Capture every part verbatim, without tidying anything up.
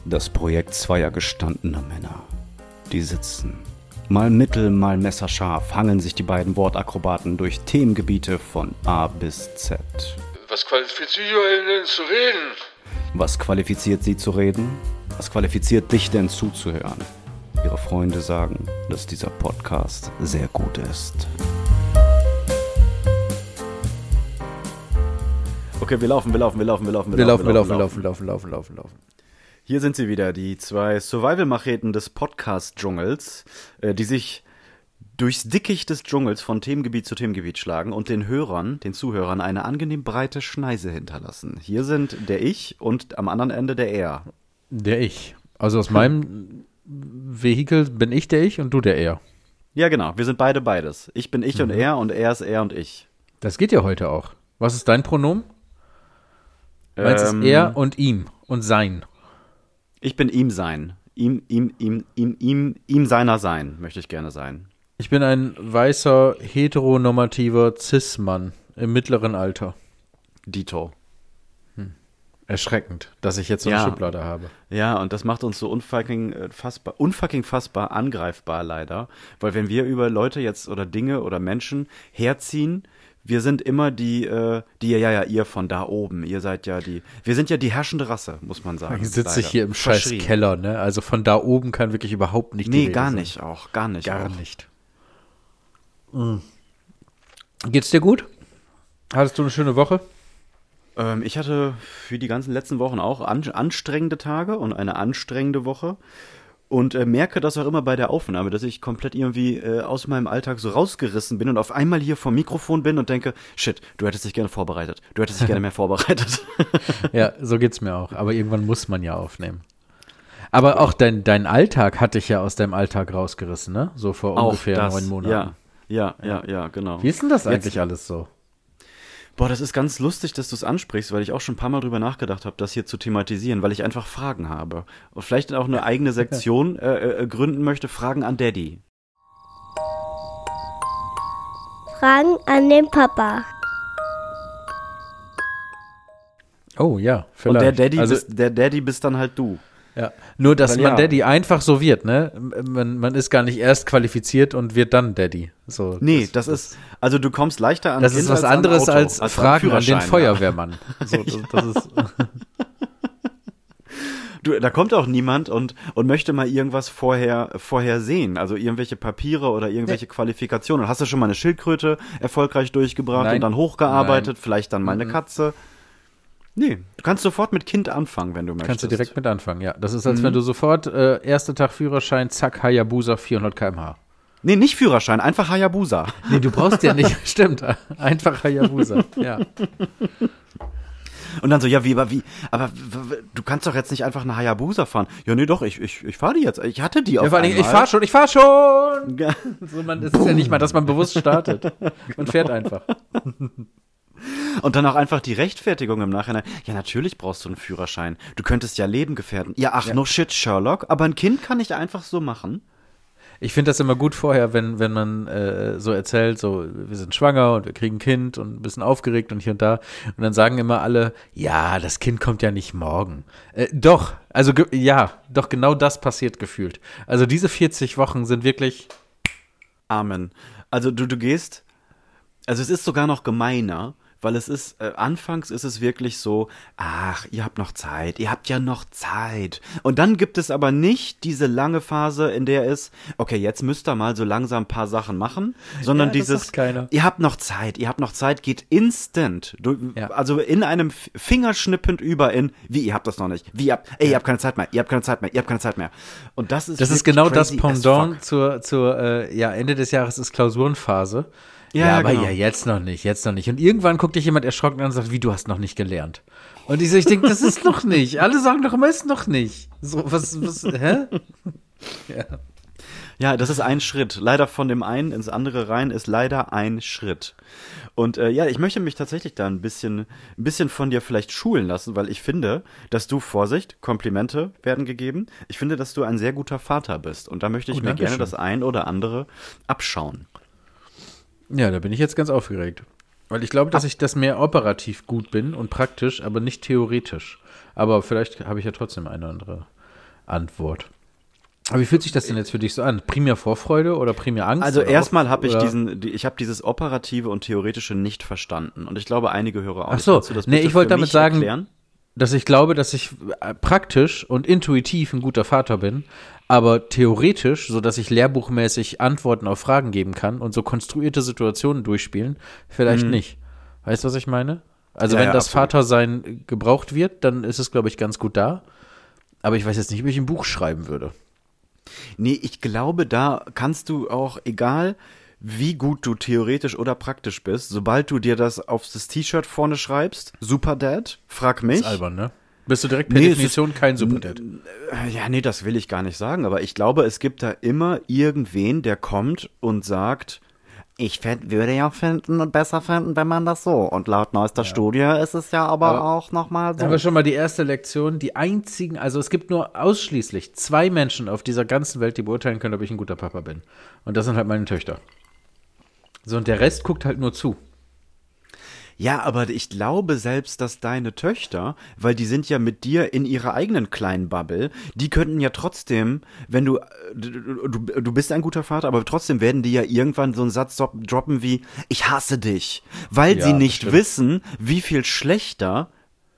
Das Projekt zweier gestandener Männer. Die sitzen. Mal mittel, mal messerscharf hangeln sich die beiden Wortakrobaten durch Themengebiete von A bis Z. Was qualifiziert euch denn zu reden? Was qualifiziert sie zu reden? Was qualifiziert dich denn zuzuhören? Ihre Freunde sagen, dass dieser Podcast sehr gut ist. Okay, wir laufen, wir laufen, wir laufen, wir laufen, wir laufen, wir laufen, wir laufen, laufen, laufen, laufen, laufen. Hier sind sie wieder, die zwei Survival-Macheten des Podcast-Dschungels, äh, die sich durchs Dickicht des Dschungels von Themengebiet zu Themengebiet schlagen und den Hörern, den Zuhörern, eine angenehm breite Schneise hinterlassen. Hier sind der Ich und am anderen Ende der Er. Der Ich. Also aus meinem Vehikel bin ich der Ich und du der Er. Ja, genau. Wir sind beide beides. Ich bin ich Mhm. und er und er ist er und ich. Das geht ja heute auch. Was ist dein Pronomen? Meins Ähm, ist er und ihm und sein. Ich bin ihm sein. Ihm, ihm, ihm, ihm, ihm, ihm seiner sein, möchte ich gerne sein. Ich bin ein weißer, heteronormativer Cis-Mann im mittleren Alter. Dito. Erschreckend, dass ich jetzt so eine Ja. Schublade habe. Ja, und das macht uns so unfucking äh, fassbar, unfucking fassbar angreifbar leider. Weil wenn wir über Leute jetzt oder Dinge oder Menschen herziehen, wir sind immer die, äh, die, ja, ja, ihr von da oben. Ihr seid ja die, wir sind ja die herrschende Rasse, muss man sagen. Ich sitze leider. hier im scheiß Verschrien. Keller, ne? Also von da oben kann wirklich überhaupt nicht die Nee, Rede gar sein. nicht auch, gar nicht Gar auch. nicht. Mhm. Geht's dir gut? Hattest du eine schöne Woche? Ähm, ich hatte für die ganzen letzten Wochen auch an, anstrengende Tage und eine anstrengende Woche. Und äh, merke das auch immer bei der Aufnahme, dass ich komplett irgendwie äh, aus meinem Alltag so rausgerissen bin und auf einmal hier vom Mikrofon bin und denke, shit, du hättest dich gerne vorbereitet. Du hättest dich gerne mehr vorbereitet. Ja, so geht's mir auch. Aber irgendwann muss man ja aufnehmen. Aber auch dein, dein Alltag hat dich ja aus deinem Alltag rausgerissen, ne? So vor Auch ungefähr das, neun Monaten. Ja, ja, ja, ja, genau. Wie ist denn das Jetzt- eigentlich alles so? Boah, das ist ganz lustig, dass du es ansprichst, weil ich auch schon ein paar Mal drüber nachgedacht habe, das hier zu thematisieren, weil ich einfach Fragen habe. Und vielleicht auch eine eigene Sektion äh, äh, gründen möchte, Fragen an Daddy. Fragen an den Papa. Oh ja, Und vielleicht. der Daddy, also, bist, der Daddy bist dann halt du. ja. Nur, dass Weil man ja. Daddy einfach so wird, ne? Man, man ist gar nicht erst qualifiziert und wird dann Daddy. So, Nee, das, ist, also du kommst leichter an Das Kind ist was als an anderes Auto, als, an Fragen an den Führerschein, Feuerwehrmann. So, das, das ist, Ja. Du, da kommt auch niemand und, und möchte mal irgendwas vorher, vorher sehen, also irgendwelche Papiere oder irgendwelche Qualifikationen. Hast du schon mal eine Schildkröte erfolgreich durchgebracht Nein. und dann hochgearbeitet, Nein. vielleicht dann mal eine Mhm. Katze? Nee, du kannst sofort mit Kind anfangen, wenn du möchtest. kannst du direkt mit anfangen, ja. Das ist, als Mhm. wenn du sofort, äh, erster Tag Führerschein, zack, Hayabusa, vierhundert Kilometer pro Stunde. Nee, nicht Führerschein, einfach Hayabusa. Nee, du brauchst ja nicht, stimmt, einfach Hayabusa, ja. Und dann so, ja, wie, aber wie, aber w- w- du kannst doch jetzt nicht einfach eine Hayabusa fahren. Ja, nee, doch, ich, ich, ich fahre die jetzt. Ich hatte die Ja, auf vor allem, einmal. ich fahr schon, ich fahr schon! Ja. So, man, es ist ja nicht mal, dass man bewusst startet. Man fährt einfach. Und dann auch einfach die Rechtfertigung im Nachhinein. Ja, natürlich brauchst du einen Führerschein. Du könntest ja Leben gefährden. Ja, ach, Ja. no shit, Sherlock. Aber ein Kind kann ich einfach so machen. Ich finde das immer gut vorher, wenn, wenn man äh, so erzählt, so, wir sind schwanger und wir kriegen ein Kind und ein bisschen aufgeregt und hier und da. Und dann sagen immer alle, ja, das Kind kommt ja nicht morgen. Äh, doch, also ge- ja, doch genau das passiert gefühlt. Also diese vierzig Wochen sind wirklich, Amen. Also du, du gehst, also es ist sogar noch gemeiner, weil es ist, äh, anfangs ist es wirklich so, ach, ihr habt noch Zeit, ihr habt ja noch Zeit. Und dann gibt es aber nicht diese lange Phase, in der es, okay, jetzt müsst ihr mal so langsam ein paar Sachen machen, sondern Ja, das dieses, sagt keiner. ihr habt noch Zeit, ihr habt noch Zeit, geht instant, du, Ja. also in einem F- Fingerschnippend über in, wie, ihr habt das noch nicht, wie, ihr habt, ey, ihr habt keine Zeit mehr, ihr habt keine Zeit mehr, ihr habt keine Zeit mehr. Und das ist das ist wirklich genau das crazy as Pendant fuck. zur, zur äh, ja, Ende des Jahres ist Klausurenphase. Ja, Ja, aber genau. ja, jetzt noch nicht, jetzt noch nicht. Und irgendwann guckt dich jemand erschrocken an und sagt, wie, du hast noch nicht gelernt. Und ich so, ich denke, das ist noch nicht. Alle sagen doch immer, ist noch nicht. So, was, was, hä? Ja. Ja, das ist ein Schritt. Leider von dem einen ins andere rein ist leider ein Schritt. Und äh, ja, ich möchte mich tatsächlich da ein bisschen, ein bisschen von dir vielleicht schulen lassen, weil ich finde, dass du, Vorsicht, Komplimente werden gegeben. Ich finde, dass du ein sehr guter Vater bist. Und da möchte ich Oh, mir danke gerne schön. das ein oder andere abschauen. Ja, da bin ich jetzt ganz aufgeregt. Weil ich glaube, dass ich das mehr operativ gut bin und praktisch, aber nicht theoretisch. Aber vielleicht habe ich ja trotzdem eine oder andere Antwort. Aber wie fühlt sich das denn jetzt für dich so an? Primär Vorfreude oder primär Angst? Also oder erstmal habe ich oder? diesen, die, ich habe dieses operative und theoretische nicht verstanden. Und ich glaube, einige Hörer auch. Ach so, Kannst du das nee, bitte ich wollte für damit mich sagen, erklären? dass ich glaube, dass ich äh, praktisch und intuitiv ein guter Vater bin, aber theoretisch, so dass ich lehrbuchmäßig Antworten auf Fragen geben kann und so konstruierte Situationen durchspielen, vielleicht Mhm. nicht. Weißt du, was ich meine? Also Ja, wenn ja, das absolut. Vatersein gebraucht wird, dann ist es, glaube ich, ganz gut da. Aber ich weiß jetzt nicht, ob ich ein Buch schreiben würde. Nee, ich glaube, da kannst du auch, egal wie gut du theoretisch oder praktisch bist, sobald du dir das auf das T-Shirt vorne schreibst, Super Dad, frag mich. Ist albern, ne? Bist du direkt per Nee, es Definition kein Superdad. Äh, Ja, nee, das will ich gar nicht sagen, aber ich glaube, es gibt da immer irgendwen, der kommt und sagt, ich fänd, würde ja finden und besser finden, wenn man das so. Und laut neuester Studie ist es ja aber, Aber auch nochmal Da haben wir so. schon mal die erste Lektion. Die einzigen, also es gibt nur ausschließlich zwei Menschen auf dieser ganzen Welt, die beurteilen können, ob ich ein guter Papa bin. Und das sind halt meine Töchter. So, und der Rest guckt halt nur zu. Ja, aber ich glaube selbst, dass deine Töchter, weil die sind ja mit dir in ihrer eigenen kleinen Bubble, die könnten ja trotzdem, wenn du, äh, du, du du bist ein guter Vater, aber trotzdem werden die ja irgendwann so einen Satz dro- droppen wie, ich hasse dich, weil Ja, sie nicht bestimmt. wissen, wie viel schlechter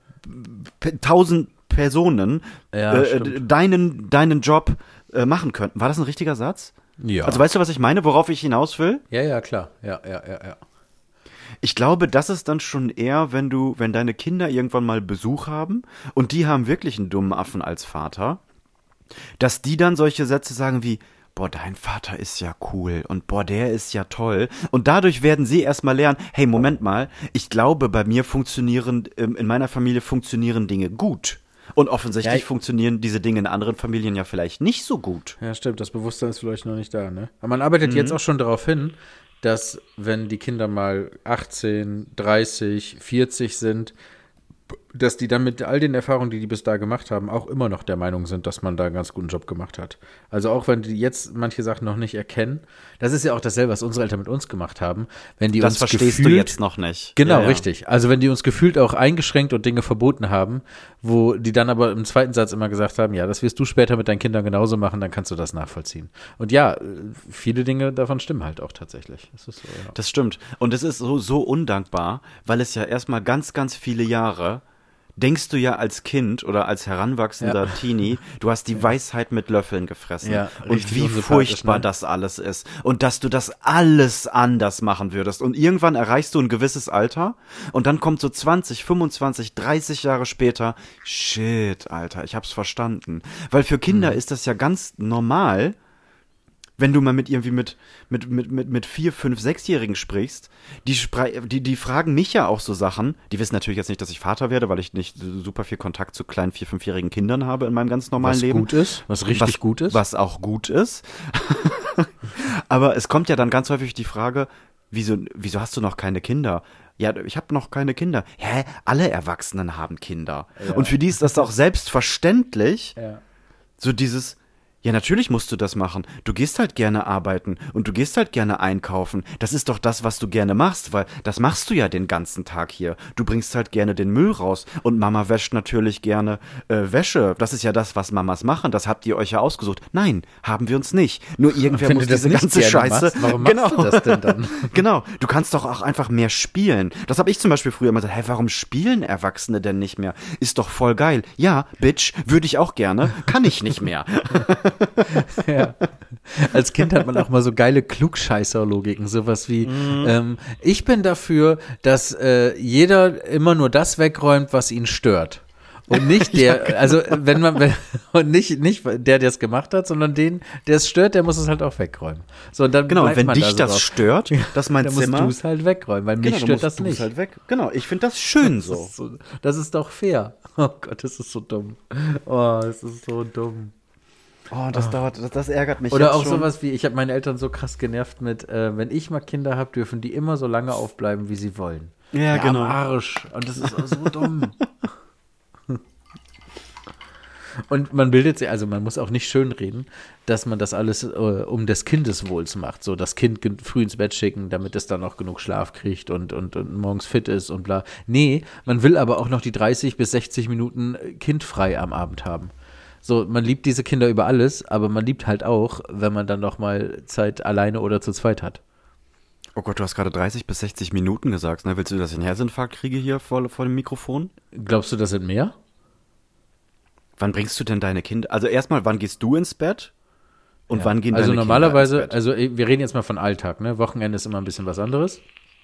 p- tausend Personen Ja, äh, stimmt. deinen, deinen Job äh, machen könnten. War das ein richtiger Satz? Ja. Also weißt du, was ich meine, worauf ich hinaus will? Ja, ja, klar. Ja, ja, ja, ja. Ich glaube, das ist dann schon eher, wenn du, wenn deine Kinder irgendwann mal Besuch haben und die haben wirklich einen dummen Affen als Vater, dass die dann solche Sätze sagen wie, boah, dein Vater ist ja cool und boah, der ist ja toll. Und dadurch werden sie erstmal lernen, hey, Moment mal, ich glaube, bei mir funktionieren, ähm, in meiner Familie funktionieren Dinge gut. Und offensichtlich Ja, ich- funktionieren diese Dinge in anderen Familien ja vielleicht nicht so gut. Ja, stimmt. Das Bewusstsein ist vielleicht noch nicht da, ne? Aber man arbeitet jetzt auch schon darauf hin, dass, wenn die Kinder mal achtzehn, dreißig, vierzig sind, dass die dann mit all den Erfahrungen, die die bis da gemacht haben, auch immer noch der Meinung sind, dass man da einen ganz guten Job gemacht hat. Also auch wenn die jetzt manche Sachen noch nicht erkennen, das ist ja auch dasselbe, was unsere Eltern mit uns gemacht haben. Wenn die Das uns verstehst gefühlt, du jetzt noch nicht. Genau, Ja, ja. richtig. Also wenn die uns gefühlt auch eingeschränkt und Dinge verboten haben, wo die dann aber im zweiten Satz immer gesagt haben, ja, das wirst du später mit deinen Kindern genauso machen, dann kannst du das nachvollziehen. Und ja, äh, viele Dinge davon stimmen halt auch tatsächlich. Das ist so, ja. Das stimmt. Und es ist so, so undankbar, weil es ja erstmal ganz, ganz viele Jahre denkst du ja als Kind oder als heranwachsender Ja. Teenie, du hast die Weisheit mit Löffeln gefressen. Ja, und richtig wie unsympathisch, furchtbar ne? das alles ist. Und dass du das alles anders machen würdest. Und irgendwann erreichst du ein gewisses Alter und dann kommt so zwanzig, fünfundzwanzig, dreißig Jahre später, shit, Alter, ich hab's verstanden. Weil für Kinder Mhm. ist das ja ganz normal, wenn du mal mit irgendwie mit, mit, mit, mit, mit vier, fünf, sechsjährigen sprichst, die, spre- die, die fragen mich ja auch so Sachen, die wissen natürlich jetzt nicht, dass ich Vater werde, weil ich nicht so super viel Kontakt zu kleinen vier-, fünfjährigen Kindern habe in meinem ganz normalen Was Leben. gut ist, was richtig was, gut ist. Was auch gut ist. Aber es kommt ja dann ganz häufig die Frage, wieso, wieso hast du noch keine Kinder? Ja, ich habe noch keine Kinder. Hä? Alle Erwachsenen haben Kinder. Ja. Und für die ist das auch selbstverständlich, Ja. so dieses, ja, natürlich musst du das machen. Du gehst halt gerne arbeiten und du gehst halt gerne einkaufen. Das ist doch das, was du gerne machst, weil das machst du ja den ganzen Tag hier. Du bringst halt gerne den Müll raus und Mama wäscht natürlich gerne äh, Wäsche. Das ist ja das, was Mamas machen. Das habt ihr euch ja ausgesucht. Nein, haben wir uns nicht. Nur irgendwer Wenn muss du das diese nicht ganze gerne Scheiße. machst, warum genau. machst du das denn dann? Genau. Du kannst doch auch einfach mehr spielen. Das habe ich zum Beispiel früher immer gesagt. Hä, warum spielen Erwachsene denn nicht mehr? Ist doch voll geil. Ja, Bitch, würde ich auch gerne. Kann ich nicht mehr. Ja. Als Kind hat man auch mal so geile Klugscheißer-Logiken, sowas wie, ähm, ich bin dafür, dass äh, jeder immer nur das wegräumt, was ihn stört. Und nicht der, also wenn man, wenn, und nicht, nicht der, der es gemacht hat, sondern den, der es stört, der muss es halt auch wegräumen. So, und dann Genau, und bleibt wenn man dich da so das drauf. stört, dass mein dann musst Zimmer. du es halt wegräumen, weil mich Genau, dann stört musst das du's nicht. halt weg. Genau, ich finde das schön so. Das ist so. Das ist doch fair. Oh Gott, das ist so dumm. Oh, das ist so dumm. Oh, das dauert, das, das ärgert mich Oder jetzt auch schon. sowas wie, ich habe meine Eltern so krass genervt mit, äh, wenn ich mal Kinder habe, dürfen die immer so lange aufbleiben, wie sie wollen. Ja, genau. Am Arsch. Und das ist auch so dumm. Und man bildet sich, also man muss auch nicht schönreden, dass man das alles äh, um des Kindeswohls macht. So das Kind ge- früh ins Bett schicken, damit es dann auch genug Schlaf kriegt und, und, und morgens fit ist und bla. Nee, man will aber auch noch die dreißig bis sechzig Minuten kindfrei am Abend haben. So, man liebt diese Kinder über alles, aber man liebt halt auch, wenn man dann noch mal Zeit alleine oder zu zweit hat. Oh Gott, du hast gerade dreißig bis sechzig Minuten gesagt. Ne? Willst du, dass ich einen Herzinfarkt kriege hier vor, vor dem Mikrofon? Glaubst du, das sind mehr? Wann bringst du denn deine Kinder? Also erstmal, wann gehst du ins Bett? Und Ja. wann gehen also deine normalerweise, Kinder ins Bett? Also wir reden jetzt mal von Alltag, ne? Wochenende ist immer ein bisschen was anderes.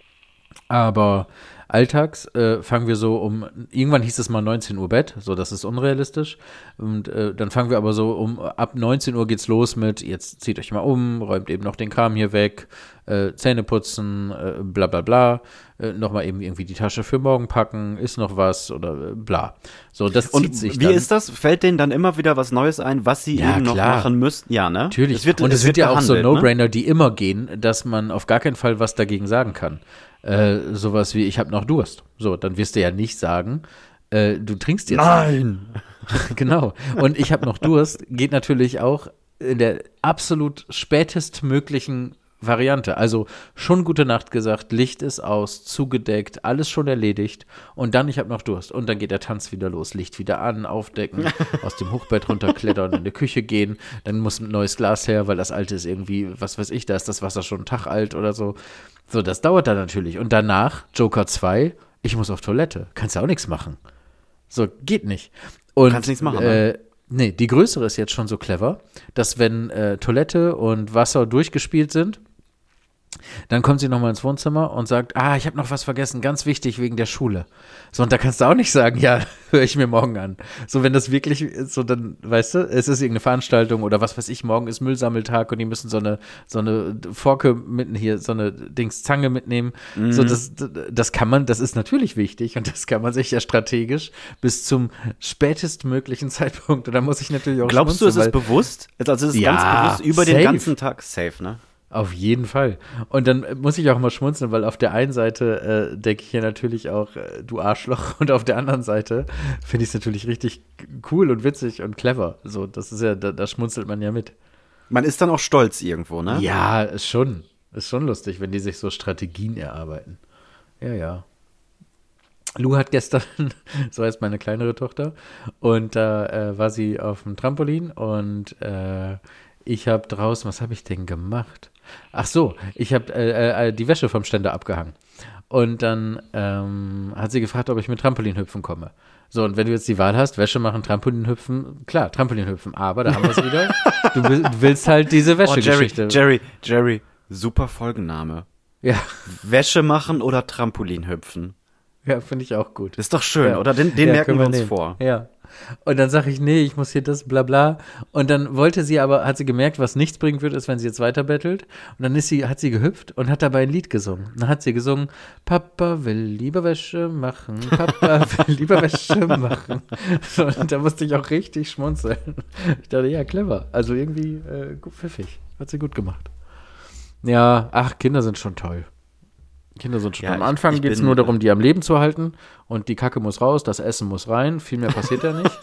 Aber alltags äh, fangen wir so um, irgendwann hieß es mal neunzehn Uhr Bett, so das ist unrealistisch. Und äh, dann fangen wir aber so um, ab neunzehn Uhr geht's los mit, jetzt zieht euch mal um, räumt eben noch den Kram hier weg, äh, Zähne putzen, äh, bla bla bla, äh, nochmal eben irgendwie die Tasche für morgen packen, ist noch was oder äh, bla. So, das Und zieht sich wie dann. ist das? Fällt denen dann immer wieder was Neues ein, was sie Ja, eben noch klar. machen müssen? Ja, ne? Natürlich. Es wird, und es, sind wird ja auch so gehandelt, No-Brainer, ne? die immer gehen, dass man auf gar keinen Fall was dagegen sagen kann. Äh, sowas wie, ich habe noch Durst. So, dann wirst du ja nicht sagen, äh, du trinkst jetzt. Nein! Genau. Und ich habe noch Durst geht natürlich auch in der absolut spätestmöglichen Variante. Also schon gute Nacht gesagt, Licht ist aus, zugedeckt, alles schon erledigt und dann, ich habe noch Durst. Und dann geht der Tanz wieder los, Licht wieder an, aufdecken, aus dem Hochbett runterklettern, in die Küche gehen, dann muss ein neues Glas her, weil das alte ist irgendwie, was weiß ich, da ist das Wasser schon einen Tag alt oder so. So, das dauert dann natürlich. Und danach, Joker zwei, ich muss auf Toilette. Kannst ja auch nichts machen. So, geht nicht. Und, Kannst nichts machen, äh, ne? Nee, die größere ist jetzt schon so clever, dass wenn äh, Toilette und Wasser durchgespielt sind, dann kommt sie nochmal ins Wohnzimmer und sagt, ah, ich habe noch was vergessen, ganz wichtig wegen der Schule. So, und da kannst du auch nicht sagen, ja, höre ich mir morgen an. So, wenn das wirklich ist, so dann, weißt du, es ist irgendeine Veranstaltung oder was weiß ich, morgen ist Müllsammeltag und die müssen so eine, so eine Forke mit, hier, so eine Dings Zange mitnehmen. Mhm. So, das, das kann man, das ist natürlich wichtig und das kann man sich ja strategisch bis zum spätestmöglichen Zeitpunkt, und da muss ich natürlich auch Glaubst du, es schmunzeln, ist bewusst? Also es ist Ja, ganz bewusst über safe. den ganzen Tag safe, ne? Auf jeden Fall. Und dann muss ich auch mal schmunzeln, weil auf der einen Seite äh, denke ich hier natürlich auch, äh, du Arschloch, und auf der anderen Seite finde ich es natürlich richtig cool und witzig und clever. So, das ist ja, da, da schmunzelt man ja mit. Man ist dann auch stolz irgendwo, ne? Ja, ist schon. Ist schon lustig, wenn die sich so Strategien erarbeiten. Ja, ja. Lou hat gestern, so heißt meine kleinere Tochter, und da äh, war sie auf dem Trampolin und äh, ich habe draußen, was habe ich denn gemacht? Ach so, ich habe äh, äh, die Wäsche vom Ständer abgehangen. Und dann ähm, hat sie gefragt, ob ich mit Trampolinhüpfen komme. So, und wenn du jetzt die Wahl hast, Wäsche machen, Trampolinhüpfen, klar, Trampolinhüpfen, aber da haben wir es wieder. Du, will, du willst halt diese Oh, Jerry, Wäschegeschichte. Jerry, Jerry, super Folgenname. Ja, Wäsche machen oder Trampolin hüpfen? ja, finde ich auch gut. Ist doch schön, Ja. oder? Den, den Ja, merken können wir uns nehmen. vor. Ja. Und dann sage ich, nee, ich muss hier das, bla bla. Und dann wollte sie aber, hat sie gemerkt, was nichts bringen wird, ist, wenn sie jetzt weiter bettelt. Und dann ist sie, hat sie gehüpft und hat dabei ein Lied gesungen. Dann hat sie gesungen, Papa will lieber Wäsche machen, Papa will lieber Wäsche machen. So, und da musste ich auch richtig schmunzeln. Ich dachte, ja, clever. Also irgendwie äh, gut, pfiffig. Hat sie gut gemacht. Ja, ach, Kinder sind schon toll. Kinder sind schon Ja, am ich- Anfang ich geht es bin- nur darum, die am Leben zu halten, und die Kacke muss raus, das Essen muss rein, viel mehr passiert ja nicht.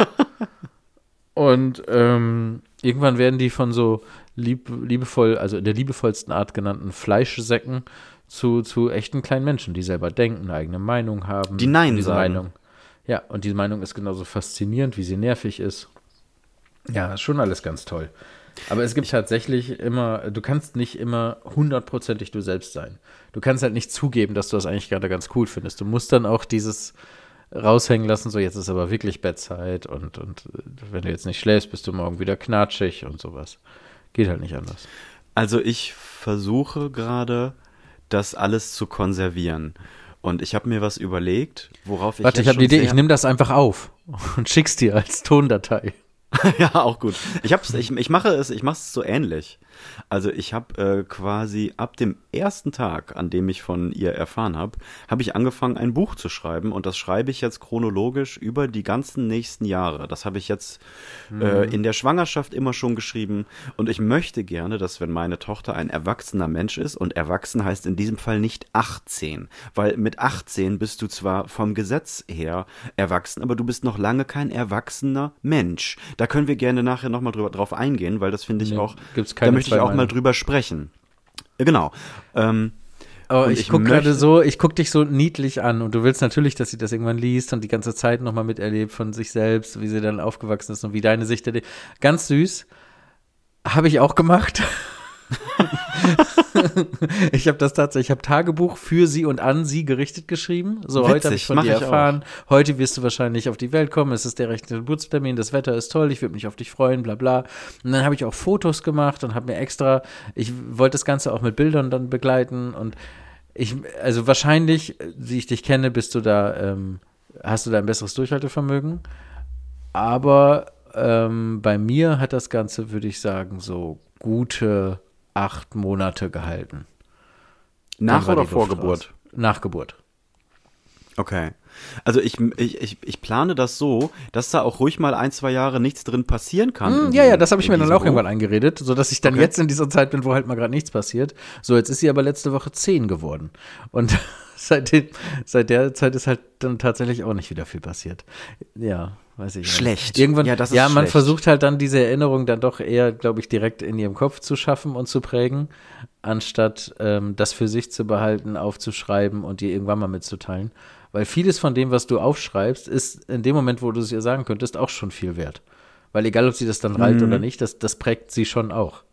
Und ähm, irgendwann werden die von so lieb, liebevoll, also in der liebevollsten Art genannten Fleischsäcken zu, zu echten kleinen Menschen, die selber denken, eine eigene Meinung haben. Die Nein Und diese sagen. Meinung, ja, und diese Meinung ist genauso faszinierend, wie sie nervig ist. Ja, ist schon alles ganz toll. Aber es gibt tatsächlich immer, du kannst nicht immer hundertprozentig du selbst sein. Du kannst halt nicht zugeben, dass du das eigentlich gerade ganz cool findest. Du musst dann auch dieses raushängen lassen, so jetzt ist aber wirklich Bettzeit und, und wenn du jetzt nicht schläfst, bist du morgen wieder knatschig und sowas. Geht halt nicht anders. Also ich versuche gerade, das alles zu konservieren. Und ich habe mir was überlegt, worauf ich Warte, jetzt ich habe die schon Idee, sehr- ich nehme das einfach auf und schick's dir als Tondatei. Ja, auch gut. Ich hab's, ich, ich mache es, ich mache es so ähnlich. Also ich habe äh, quasi ab dem ersten Tag, an dem ich von ihr erfahren habe, habe ich angefangen, ein Buch zu schreiben, und das schreibe ich jetzt chronologisch über die ganzen nächsten Jahre. Das habe ich jetzt äh, in der Schwangerschaft immer schon geschrieben, und ich möchte gerne, dass, wenn meine Tochter ein erwachsener Mensch ist, und erwachsen heißt in diesem Fall nicht achtzehn, weil mit achtzehn bist du zwar vom Gesetz her erwachsen, aber du bist noch lange kein erwachsener Mensch. Da können wir gerne nachher nochmal drüber drauf eingehen, weil das finde ich Nee, auch, gibt's da keine möchte ich zwei auch mal Meinungen. drüber sprechen. Ja, genau. Ähm, Oh, Und ich, ich guck gerade möchte- so, ich guck dich so niedlich an und du willst natürlich, dass sie das irgendwann liest und die ganze Zeit nochmal miterlebt von sich selbst, wie sie dann aufgewachsen ist und wie deine Sicht der Dinge. Ganz süß. Habe ich auch gemacht. Ich habe das tatsächlich, ich habe Tagebuch für sie und an sie gerichtet geschrieben. So, heute habe ich Witzig, von mach dir ich auch. erfahren. Heute wirst du wahrscheinlich auf die Welt kommen. Es ist der rechte Geburtstermin. Das Wetter ist toll. Ich würde mich auf dich freuen, bla bla. Und dann habe ich auch Fotos gemacht und habe mir extra, ich wollte das Ganze auch mit Bildern dann begleiten. Und ich, also wahrscheinlich, wie ich dich kenne, bist du da, ähm, hast du da ein besseres Durchhaltevermögen. Aber ähm, bei mir hat das Ganze, würde ich sagen, so gute acht Monate gehalten. Nach Dann war oder die vor Luft Geburt? raus. Nach Geburt. Okay. Also ich, ich, ich, ich plane das so, dass da auch ruhig mal ein, zwei Jahre nichts drin passieren kann. Mm, in ja, diesem- ja, das habe ich in mir dann diesem auch irgendwann Buch. eingeredet, sodass ich dann Okay. jetzt in dieser Zeit bin, wo halt mal gerade nichts passiert. So, jetzt ist sie aber letzte Woche zehn geworden. Und seitdem, seit der Zeit ist halt dann tatsächlich auch nicht wieder viel passiert. Ja, weiß ich nicht. Schlecht. Irgendwann, Ja, das ist ja, man schlecht. versucht halt dann diese Erinnerung dann doch eher, glaube ich, direkt in ihrem Kopf zu schaffen und zu prägen, anstatt ähm, das für sich zu behalten, aufzuschreiben und dir irgendwann mal mitzuteilen. Weil vieles von dem, was du aufschreibst, ist in dem Moment, wo du es ihr sagen könntest, auch schon viel wert. Weil egal, ob sie das dann reilt Mhm. oder nicht, das, das prägt sie schon auch.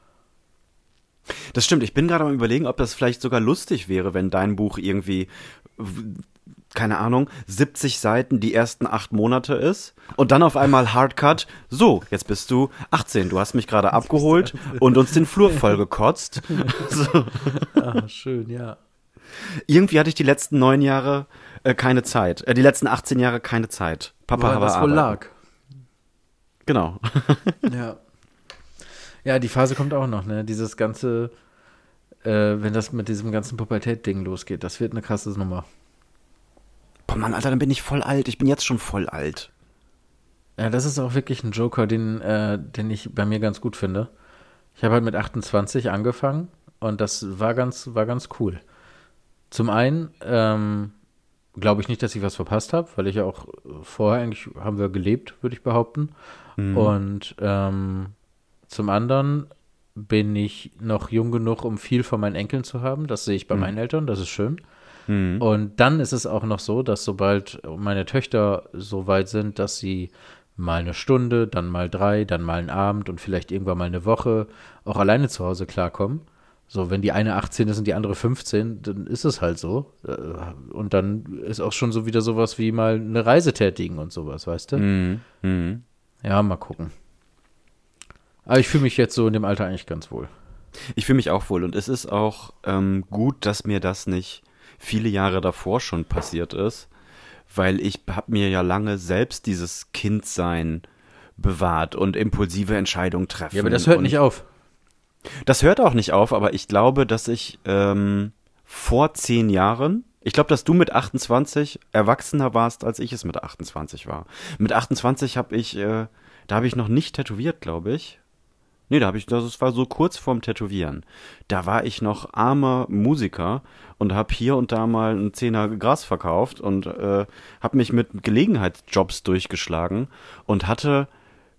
Das stimmt. Ich bin gerade am Überlegen, ob das vielleicht sogar lustig wäre, wenn dein Buch irgendwie, w- keine Ahnung, siebzig Seiten die ersten acht Monate ist und dann auf einmal Hardcut. So, jetzt bist du achtzehn. Du hast mich gerade abgeholt und uns den Flur vollgekotzt. So. Ah, schön, ja. Irgendwie hatte ich die letzten neun Jahre äh, keine Zeit. Äh, die letzten achtzehn Jahre keine Zeit. Papa Woran war das wohl arbeiten. lag. Genau. Ja. Ja, die Phase kommt auch noch, ne? Dieses ganze, äh, wenn das mit diesem ganzen Pubertät-Ding losgeht, das wird eine krasse Nummer. Boah, Mann, Alter, dann bin ich voll alt. Ich bin jetzt schon voll alt. Ja, das ist auch wirklich ein Joker, den, äh, den ich bei mir ganz gut finde. Ich habe halt mit achtundzwanzig angefangen und das war ganz, war ganz cool. Zum einen ähm, glaube ich nicht, dass ich was verpasst habe, weil ich ja auch vorher eigentlich haben wir gelebt, würde ich behaupten. Mhm. Und ähm, zum anderen bin ich noch jung genug, um viel von meinen Enkeln zu haben. Das sehe ich bei Mhm. meinen Eltern, das ist schön. Mhm. Und dann ist es auch noch so, dass sobald meine Töchter so weit sind, dass sie mal eine Stunde, dann mal drei, dann mal einen Abend und vielleicht irgendwann mal eine Woche auch alleine zu Hause klarkommen. So, wenn die eine achtzehn ist und die andere fünfzehn, dann ist es halt so. Äh, Und dann ist auch schon so wieder sowas wie mal eine Reise tätigen und sowas, weißt du? Mhm. Mhm. Ja, mal gucken. Aber ich fühle mich jetzt so in dem Alter eigentlich ganz wohl. Ich fühle mich auch wohl und es ist auch ähm, gut, dass mir das nicht viele Jahre davor schon passiert ist, weil ich habe mir ja lange selbst dieses Kindsein bewahrt und impulsive Entscheidungen treffen. Ja, aber das hört und nicht auf. Das hört auch nicht auf, aber ich glaube, dass ich ähm, vor zehn Jahren, ich glaube, dass du mit achtundzwanzig erwachsener warst, als ich es mit achtundzwanzig war. Mit achtundzwanzig habe ich, äh, da habe ich noch nicht tätowiert, glaube ich. Nee, da habe ich, das war so kurz vorm Tätowieren. Da war ich noch armer Musiker und habe hier und da mal einen Zehner Gras verkauft und äh, habe mich mit Gelegenheitsjobs durchgeschlagen und hatte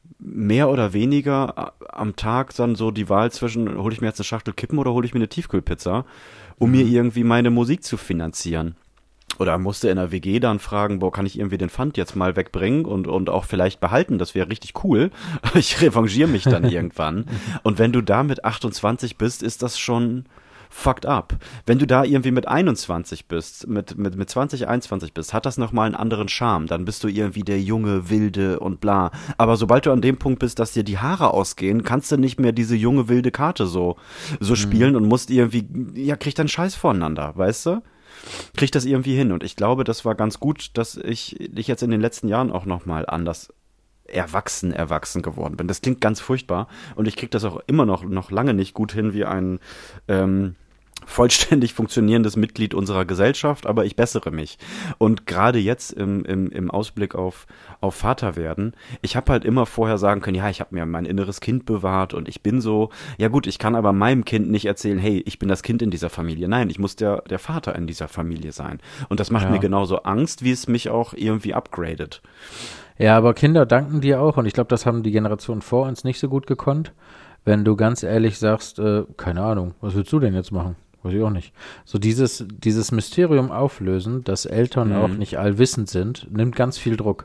mehr oder weniger am Tag dann so die Wahl zwischen, hole ich mir jetzt eine Schachtel Kippen oder hole ich mir eine Tiefkühlpizza, um mir irgendwie meine Musik zu finanzieren. Oder musste in der W G dann fragen, boah, kann ich irgendwie den Pfand jetzt mal wegbringen und, und auch vielleicht behalten, das wäre richtig cool. Ich revanchiere mich dann irgendwann. Und wenn du da mit achtundzwanzig bist, ist das schon fucked up. Wenn du da irgendwie mit einundzwanzig bist, mit, mit, mit zwanzig, einundzwanzig bist, hat das nochmal einen anderen Charme. Dann bist du irgendwie der junge, wilde und bla. Aber sobald du an dem Punkt bist, dass dir die Haare ausgehen, kannst du nicht mehr diese junge, wilde Karte so, so spielen und musst irgendwie, ja, krieg dann Scheiß voneinander, weißt du? Krieg das irgendwie hin. Und ich glaube, das war ganz gut, dass ich, ich jetzt in den letzten Jahren auch nochmal anders erwachsen, erwachsen geworden bin. Das klingt ganz furchtbar und ich krieg das auch immer noch, noch lange nicht gut hin wie ein ähm, vollständig funktionierendes Mitglied unserer Gesellschaft, aber ich bessere mich. Und gerade jetzt im, im, im Ausblick auf, auf Vaterwerden, ich habe halt immer vorher sagen können, ja, ich habe mir mein inneres Kind bewahrt und ich bin so, ja gut, ich kann aber meinem Kind nicht erzählen, hey, ich bin das Kind in dieser Familie. Nein, ich muss der, der Vater in dieser Familie sein. Und das macht Ja. mir genauso Angst, wie es mich auch irgendwie upgradet. Ja, aber Kinder danken dir auch und ich glaube, das haben die Generationen vor uns nicht so gut gekonnt. Wenn du ganz ehrlich sagst, äh, keine Ahnung, was willst du denn jetzt machen? weiß ich auch nicht. So dieses, dieses Mysterium auflösen, dass Eltern Mhm. auch nicht allwissend sind, nimmt ganz viel Druck.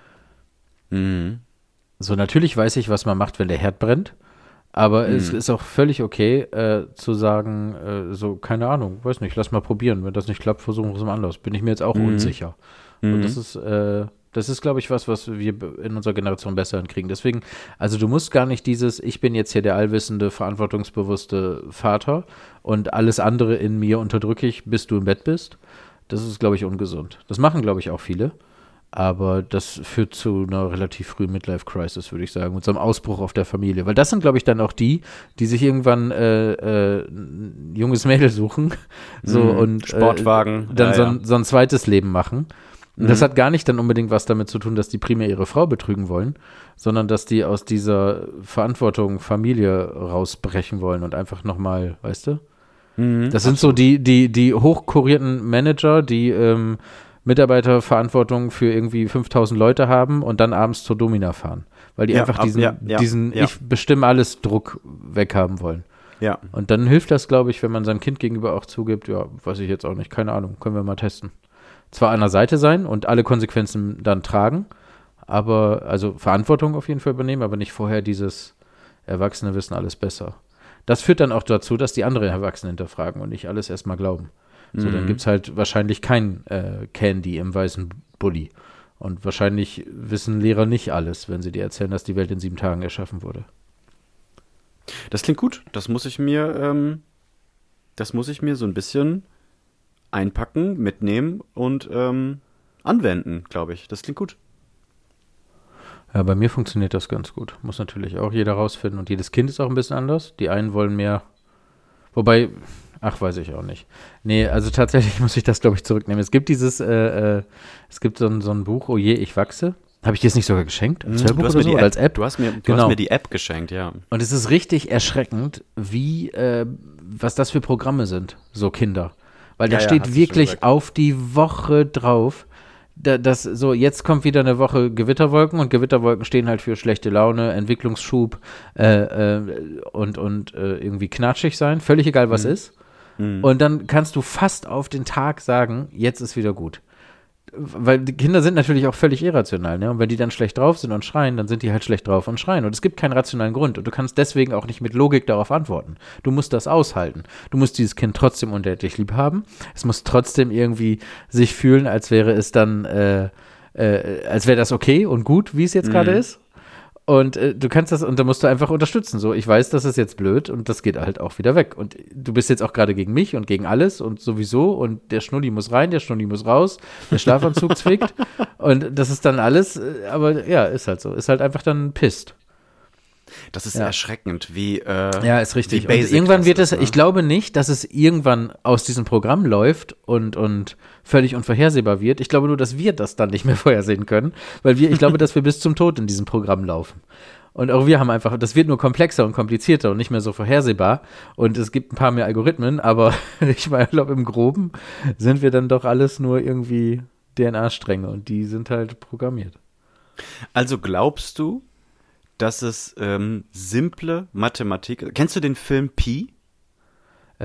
Mhm. So, natürlich weiß ich, was man macht, wenn der Herd brennt, aber Mhm. es ist auch völlig okay, äh, zu sagen, äh, so, keine Ahnung, weiß nicht, lass mal probieren. Wenn das nicht klappt, versuchen wir es mal anders. Bin ich mir jetzt auch Mhm. unsicher. Mhm. Und das ist, äh, das ist, glaube ich, was, was wir in unserer Generation besser hinkriegen. Deswegen, also du musst gar nicht dieses, ich bin jetzt hier der allwissende, verantwortungsbewusste Vater und alles andere in mir unterdrücke ich, bis du im Bett bist. Das ist, glaube ich, ungesund. Das machen, glaube ich, auch viele. Aber das führt zu einer relativ frühen Midlife-Crisis, würde ich sagen, mit so einem Ausbruch auf der Familie. Weil das sind, glaube ich, dann auch die, die sich irgendwann äh, äh, ein junges Mädel suchen so Mhm. und Sportwagen. äh, dann Ja, so, ja. ein, so ein zweites Leben machen. Und Mhm. das hat gar nicht dann unbedingt was damit zu tun, dass die primär ihre Frau betrügen wollen, sondern dass die aus dieser Verantwortung Familie rausbrechen wollen und einfach nochmal, weißt du? Mhm. Das sind so die, die, die hochkurierten Manager, die ähm, Mitarbeiterverantwortung für irgendwie fünftausend Leute haben und dann abends zur Domina fahren. Weil die Ja, einfach ab- diesen, ja, ja, diesen ja. ich bestimme alles Druck weghaben wollen. Ja. Und dann hilft das, glaube ich, wenn man seinem Kind gegenüber auch zugibt, ja, weiß ich jetzt auch nicht, keine Ahnung, können wir mal testen. Zwar an der Seite sein und alle Konsequenzen dann tragen, aber, also Verantwortung auf jeden Fall übernehmen, aber nicht vorher dieses Erwachsene wissen alles besser. Das führt dann auch dazu, dass die anderen Erwachsenen hinterfragen und nicht alles erstmal glauben. So, dann Mhm. gibt es halt wahrscheinlich kein äh, Candy im weißen Bulli. Und wahrscheinlich wissen Lehrer nicht alles, wenn sie dir erzählen, dass die Welt in sieben Tagen erschaffen wurde. Das klingt gut. Das muss ich mir, ähm, das muss ich mir so ein bisschen einpacken, mitnehmen und ähm, anwenden, glaube ich. Das klingt gut. Ja, bei mir funktioniert das ganz gut. Muss natürlich auch jeder rausfinden. Und jedes Kind ist auch ein bisschen anders. Die einen wollen mehr. Wobei, ach, weiß ich auch nicht. Nee, also tatsächlich muss ich das, glaube ich, zurücknehmen. Es gibt dieses, äh, äh, es gibt so ein, so ein Buch, Oh je, ich wachse. Habe ich dir das nicht sogar geschenkt? Als Hörbuch Du hast oder mir so? die Oder als App, App? Du hast mir, du Genau. hast mir die App geschenkt, ja. Und es ist richtig erschreckend, wie, äh, was das für Programme sind, so Kinder. Weil da Ja, ja, steht hast du schon wirklich gesagt. auf die Woche drauf, da, dass so, jetzt kommt wieder eine Woche Gewitterwolken und Gewitterwolken stehen halt für schlechte Laune, Entwicklungsschub äh, äh, und, und äh, irgendwie knatschig sein, völlig egal was ist. Mhm. Und dann kannst du fast auf den Tag sagen, jetzt ist wieder gut. Weil die Kinder sind natürlich auch völlig irrational, ne? Und wenn die dann schlecht drauf sind und schreien, dann sind die halt schlecht drauf und schreien. Und es gibt keinen rationalen Grund. Und du kannst deswegen auch nicht mit Logik darauf antworten. Du musst das aushalten. Du musst dieses Kind trotzdem unendlich lieb haben. Es muss trotzdem irgendwie sich fühlen, als wäre es dann, äh, äh, als wäre das okay und gut, wie es jetzt gerade ist. Und äh, du kannst das, und da musst du einfach unterstützen. So, ich weiß, das ist jetzt blöd und das geht halt auch wieder weg. Und du bist jetzt auch gerade gegen mich und gegen alles und sowieso. Und der Schnulli muss rein, der Schnulli muss raus, der Schlafanzug zwickt. Und das ist dann alles, äh, aber ja, ist halt so. Ist halt einfach dann pisst. Das ist Ja. erschreckend, wie äh, Ja, ist richtig. wie Und basic irgendwann das wird es, ist, ne? ich glaube nicht, dass es irgendwann aus diesem Programm läuft und, und völlig unvorhersehbar wird. Ich glaube nur, dass wir das dann nicht mehr vorhersehen können, weil wir, ich glaube, dass wir bis zum Tod in diesem Programm laufen. Und auch wir haben einfach, das wird nur komplexer und komplizierter und nicht mehr so vorhersehbar. Und es gibt ein paar mehr Algorithmen, aber ich glaube, im Groben sind wir dann doch alles nur irgendwie D N A-Stränge und die sind halt programmiert. Also glaubst du, dass es ähm, simple Mathematik. Kennst du den Film Pi? Äh,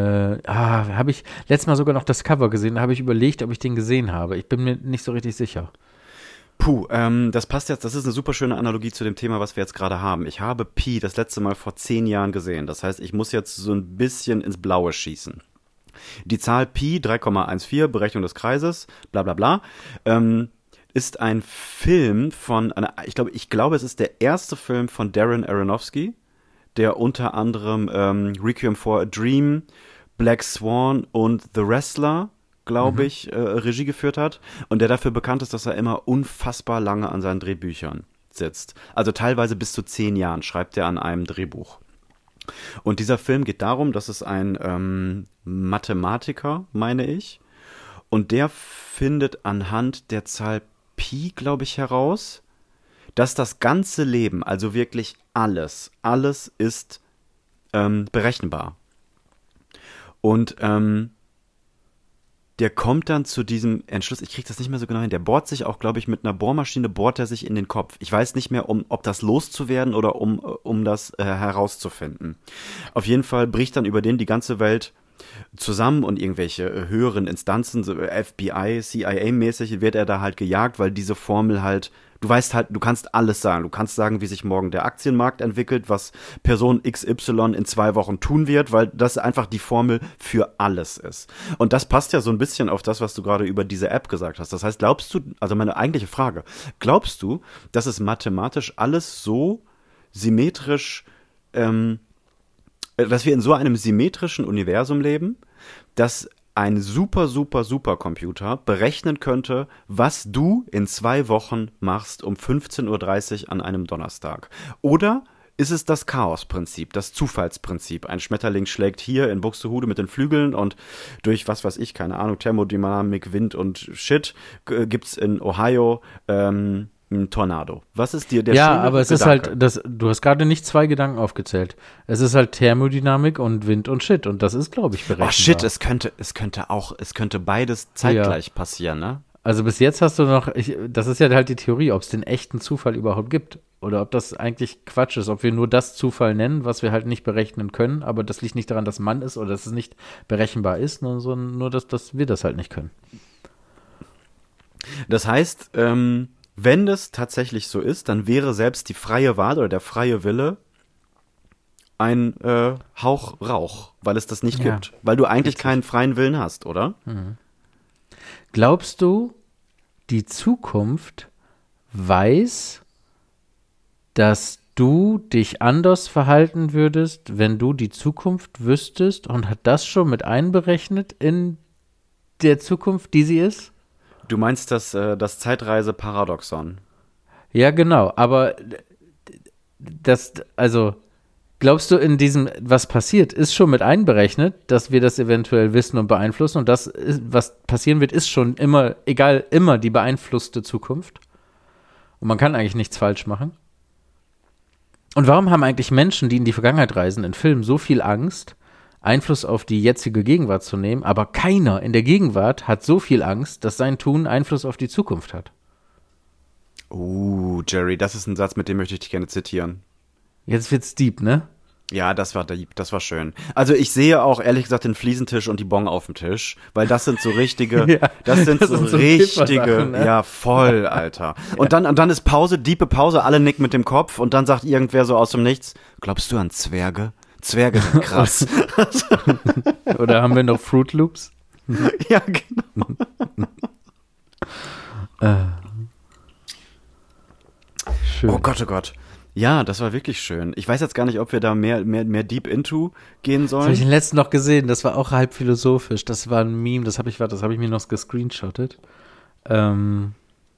ah, habe ich letztes Mal sogar noch das Cover gesehen, da habe ich überlegt, ob ich den gesehen habe. Ich bin mir nicht so richtig sicher. Puh, ähm, das passt jetzt, das ist eine super schöne Analogie zu dem Thema, was wir jetzt gerade haben. Ich habe Pi das letzte Mal vor zehn Jahren gesehen. Das heißt, ich muss jetzt so ein bisschen ins Blaue schießen. Die Zahl Pi, drei Komma vierzehn, Berechnung des Kreises, bla bla bla, ähm, ist ein Film von, einer, ich glaube, ich glaube, es ist der erste Film von Darren Aronofsky, der unter anderem ähm, Requiem for a Dream, Black Swan und The Wrestler, glaube Mhm. ich, äh, Regie geführt hat und der dafür bekannt ist, dass er immer unfassbar lange an seinen Drehbüchern sitzt. Also teilweise bis zu zehn Jahren schreibt er an einem Drehbuch. Und dieser Film geht darum, dass es ein ähm, Mathematiker, meine ich, und der findet anhand der Zahl Pi, glaube ich, heraus, dass das ganze Leben, also wirklich alles, alles ist ähm, berechenbar. Und ähm, der kommt dann zu diesem Entschluss, ich kriege das nicht mehr so genau hin, der bohrt sich auch, glaube ich, mit einer Bohrmaschine, bohrt er sich in den Kopf. Ich weiß nicht mehr, um, ob das loszuwerden oder um, um das äh, herauszufinden. Auf jeden Fall bricht dann über den die ganze Welt zusammen und irgendwelche äh, höheren Instanzen, so F B I, C I A-mäßig, wird er da halt gejagt, weil diese Formel halt, du weißt halt, du kannst alles sagen. Du kannst sagen, wie sich morgen der Aktienmarkt entwickelt, was Person X Y in zwei Wochen tun wird, weil das einfach die Formel für alles ist. Und das passt ja so ein bisschen auf das, was du gerade über diese App gesagt hast. Das heißt, glaubst du, also meine eigentliche Frage, glaubst du, dass es mathematisch alles so symmetrisch, ähm, dass wir in so einem symmetrischen Universum leben, dass ein super, super, super Computer berechnen könnte, was du in zwei Wochen machst um fünfzehn Uhr dreißig an einem Donnerstag? Oder ist es das Chaosprinzip, das Zufallsprinzip? Ein Schmetterling schlägt hier in Buxtehude mit den Flügeln und durch was weiß ich, keine Ahnung, Thermodynamik, Wind und Shit äh, gibt's in Ohio ähm, ein Tornado. Was ist dir der Ja, schöne aber es ist Gedanke? halt, das, du hast gerade nicht zwei Gedanken aufgezählt. Es ist halt Thermodynamik und Wind und Shit und das ist, glaube ich, berechenbar. Oh shit, es könnte, es könnte auch, es könnte beides zeitgleich passieren, ne? Also bis jetzt hast du noch, ich, das ist ja halt die Theorie, ob es den echten Zufall überhaupt gibt oder ob das eigentlich Quatsch ist, ob wir nur das Zufall nennen, was wir halt nicht berechnen können, aber das liegt nicht daran, dass Mann ist oder dass es nicht berechenbar ist, nur, so, nur dass, dass wir das halt nicht können. Das heißt, ähm, wenn das tatsächlich so ist, dann wäre selbst die freie Wahl oder der freie Wille ein äh, Hauch Rauch, weil es das nicht Ja, gibt. Weil du eigentlich richtig. keinen freien Willen hast, oder? Glaubst du, die Zukunft weiß, dass du dich anders verhalten würdest, wenn du die Zukunft wüsstest und hat das schon mit einberechnet in der Zukunft, die sie ist? Du meinst das, äh, das Zeitreise-Paradoxon. Ja, genau, aber das, also, glaubst du, in diesem, was passiert, ist schon mit einberechnet, dass wir das eventuell wissen und beeinflussen und das, ist, was passieren wird, ist schon immer, egal, immer die beeinflusste Zukunft und man kann eigentlich nichts falsch machen? Und warum haben eigentlich Menschen, die in die Vergangenheit reisen, in Filmen so viel Angst, Einfluss auf die jetzige Gegenwart zu nehmen, aber keiner in der Gegenwart hat so viel Angst, dass sein Tun Einfluss auf die Zukunft hat? Uh, Jerry, das ist ein Satz, mit dem möchte ich dich gerne zitieren. Jetzt wird's deep, ne? Ja, das war deep, das war schön. Also ich sehe auch ehrlich gesagt den Fliesentisch und die Bon auf dem Tisch, weil das sind so richtige, Ja, das sind das so sind so richtige, Kiffersachen, ne? ja voll, Alter. Und dann und dann ist Pause, diepe Pause, alle nicken mit dem Kopf und dann sagt irgendwer so aus dem Nichts: Glaubst du an Zwerge? Zwerge sind krass. Oder haben wir noch Fruit Loops? Ja, genau. Schön. Oh Gott, oh Gott. Ja, das war wirklich schön. Ich weiß jetzt gar nicht, ob wir da mehr, mehr, mehr deep into gehen Das habe sollen. ich den letzten noch gesehen. Das war auch halb philosophisch. Das war ein Meme. Das habe ich, warte, das habe ich mir noch gescreenshottet. Ähm.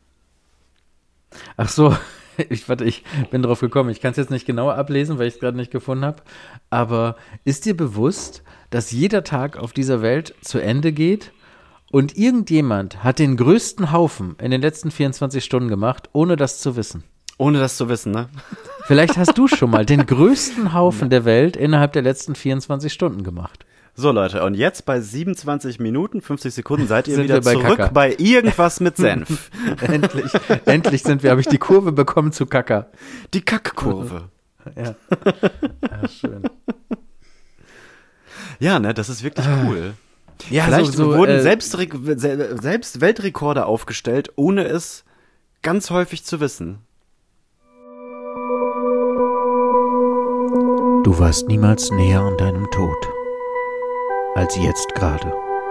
Ach so. Ich, warte, ich bin drauf gekommen. Ich kann es jetzt nicht genauer ablesen, weil ich es gerade nicht gefunden habe. Aber ist dir bewusst, dass jeder Tag auf dieser Welt zu Ende geht und irgendjemand hat den größten Haufen in den letzten vierundzwanzig Stunden gemacht, ohne das zu wissen? Ohne das zu wissen, ne? Vielleicht hast du schon mal den größten Haufen der Welt innerhalb der letzten vierundzwanzig Stunden gemacht. So Leute, und jetzt bei siebenundzwanzig Minuten, fünfzig Sekunden seid ihr Sind wieder wir bei zurück Kaka. bei irgendwas mit Senf. endlich, endlich sind wir, habe ich die Kurve bekommen zu Kaka. Die Kackkurve. Ja. Ja, schön. Ja, ne, das ist wirklich cool. Ja, Vielleicht so, so, wurden äh, selbst, se- selbst Weltrekorde aufgestellt, ohne es ganz häufig zu wissen. Du warst niemals näher an deinem Tod als jetzt gerade.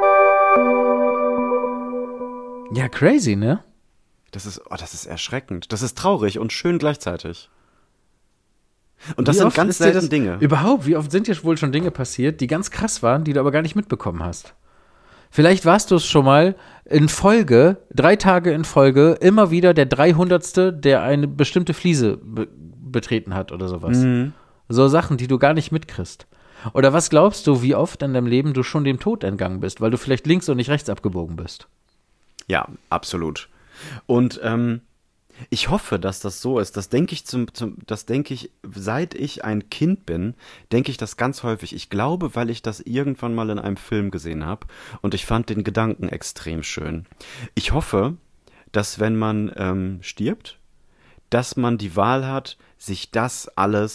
Ja, crazy, ne? Das ist, oh, das ist erschreckend. Das ist traurig und schön gleichzeitig. Und das Wie sind oft ganz ist dir selten das, Dinge. Überhaupt, wie oft sind dir wohl schon Dinge passiert, die ganz krass waren, die du aber gar nicht mitbekommen hast? Vielleicht warst du es schon mal in Folge, drei Tage in Folge, immer wieder der dreihundertste, der eine bestimmte Fliese be- betreten hat oder sowas. Mhm. So Sachen, die du gar nicht mitkriegst. Oder was glaubst du, wie oft in deinem Leben du schon dem Tod entgangen bist, weil du vielleicht links und nicht rechts abgebogen bist? Ja, absolut. Und ähm, ich hoffe, dass das so ist. Das denke ich zum, zum, das denke ich, seit ich ein Kind bin, denke ich das ganz häufig. Ich glaube, weil ich das irgendwann mal in einem Film gesehen habe und ich fand den Gedanken extrem schön. Ich hoffe, dass wenn man ähm, stirbt, dass man die Wahl hat, sich das alles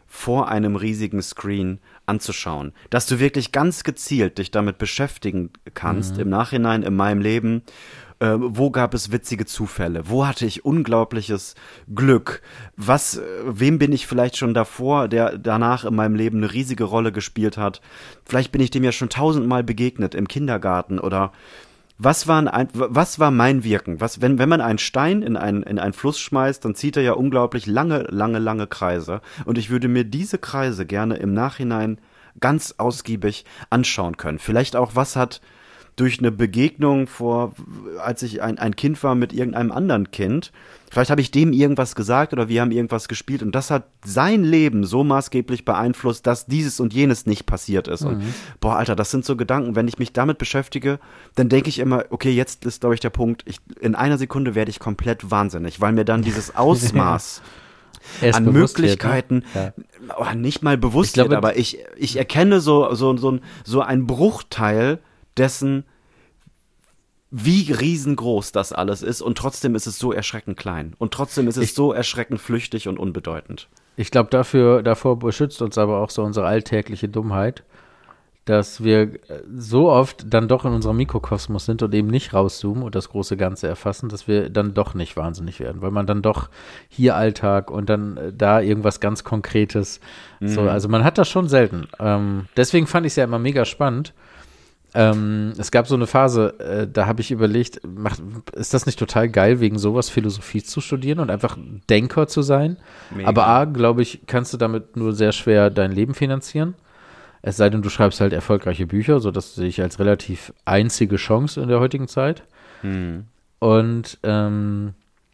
vor einem riesigen Screen anzuschauen. Dass du wirklich ganz gezielt dich damit beschäftigen kannst, mhm. im Nachhinein in meinem Leben. Äh, wo gab es witzige Zufälle? Wo hatte ich unglaubliches Glück? Was, äh, wem bin ich vielleicht schon davor, der danach in meinem Leben eine riesige Rolle gespielt hat? Vielleicht bin ich dem ja schon tausendmal begegnet im Kindergarten oder was war, ein, was war mein Wirken? Was, wenn, wenn man einen Stein in einen, in einen Fluss schmeißt, dann zieht er ja unglaublich lange, lange, lange Kreise. Und ich würde mir diese Kreise gerne im Nachhinein ganz ausgiebig anschauen können. Vielleicht auch, was hat durch eine Begegnung vor, als ich ein, ein Kind war mit irgendeinem anderen Kind, vielleicht habe ich dem irgendwas gesagt oder wir haben irgendwas gespielt und das hat sein Leben so maßgeblich beeinflusst, dass dieses und jenes nicht passiert ist. Mhm. Und boah, Alter, das sind so Gedanken, wenn ich mich damit beschäftige, dann denke ich immer, okay, jetzt ist, glaube ich, der Punkt, ich, in einer Sekunde werde ich komplett wahnsinnig, weil mir dann dieses Ausmaß an Möglichkeiten, wird, ne? ja. oh, nicht mal bewusst ich glaube, wird, aber ich, ich erkenne so, so, so, so einen Bruchteil dessen, wie riesengroß das alles ist und trotzdem ist es so erschreckend klein und trotzdem ist es ich, so erschreckend flüchtig und unbedeutend. Ich glaube, dafür davor beschützt uns aber auch so unsere alltägliche Dummheit, dass wir so oft dann doch in unserem Mikrokosmos sind und eben nicht rauszoomen und das große Ganze erfassen, dass wir dann doch nicht wahnsinnig werden, weil man dann doch hier Alltag und dann da irgendwas ganz Konkretes, mhm. so, also man hat das schon selten. Ähm, deswegen fand ich es ja immer mega spannend. Ähm, es gab so eine Phase, äh, da habe ich überlegt, macht, ist das nicht total geil, wegen sowas Philosophie zu studieren und einfach Denker zu sein? Mega. Aber A, glaube ich, kannst du damit nur sehr schwer dein Leben finanzieren. Es sei denn, du schreibst halt erfolgreiche Bücher, so das sehe ich als relativ einzige Chance in der heutigen Zeit. Hm. Und ähm,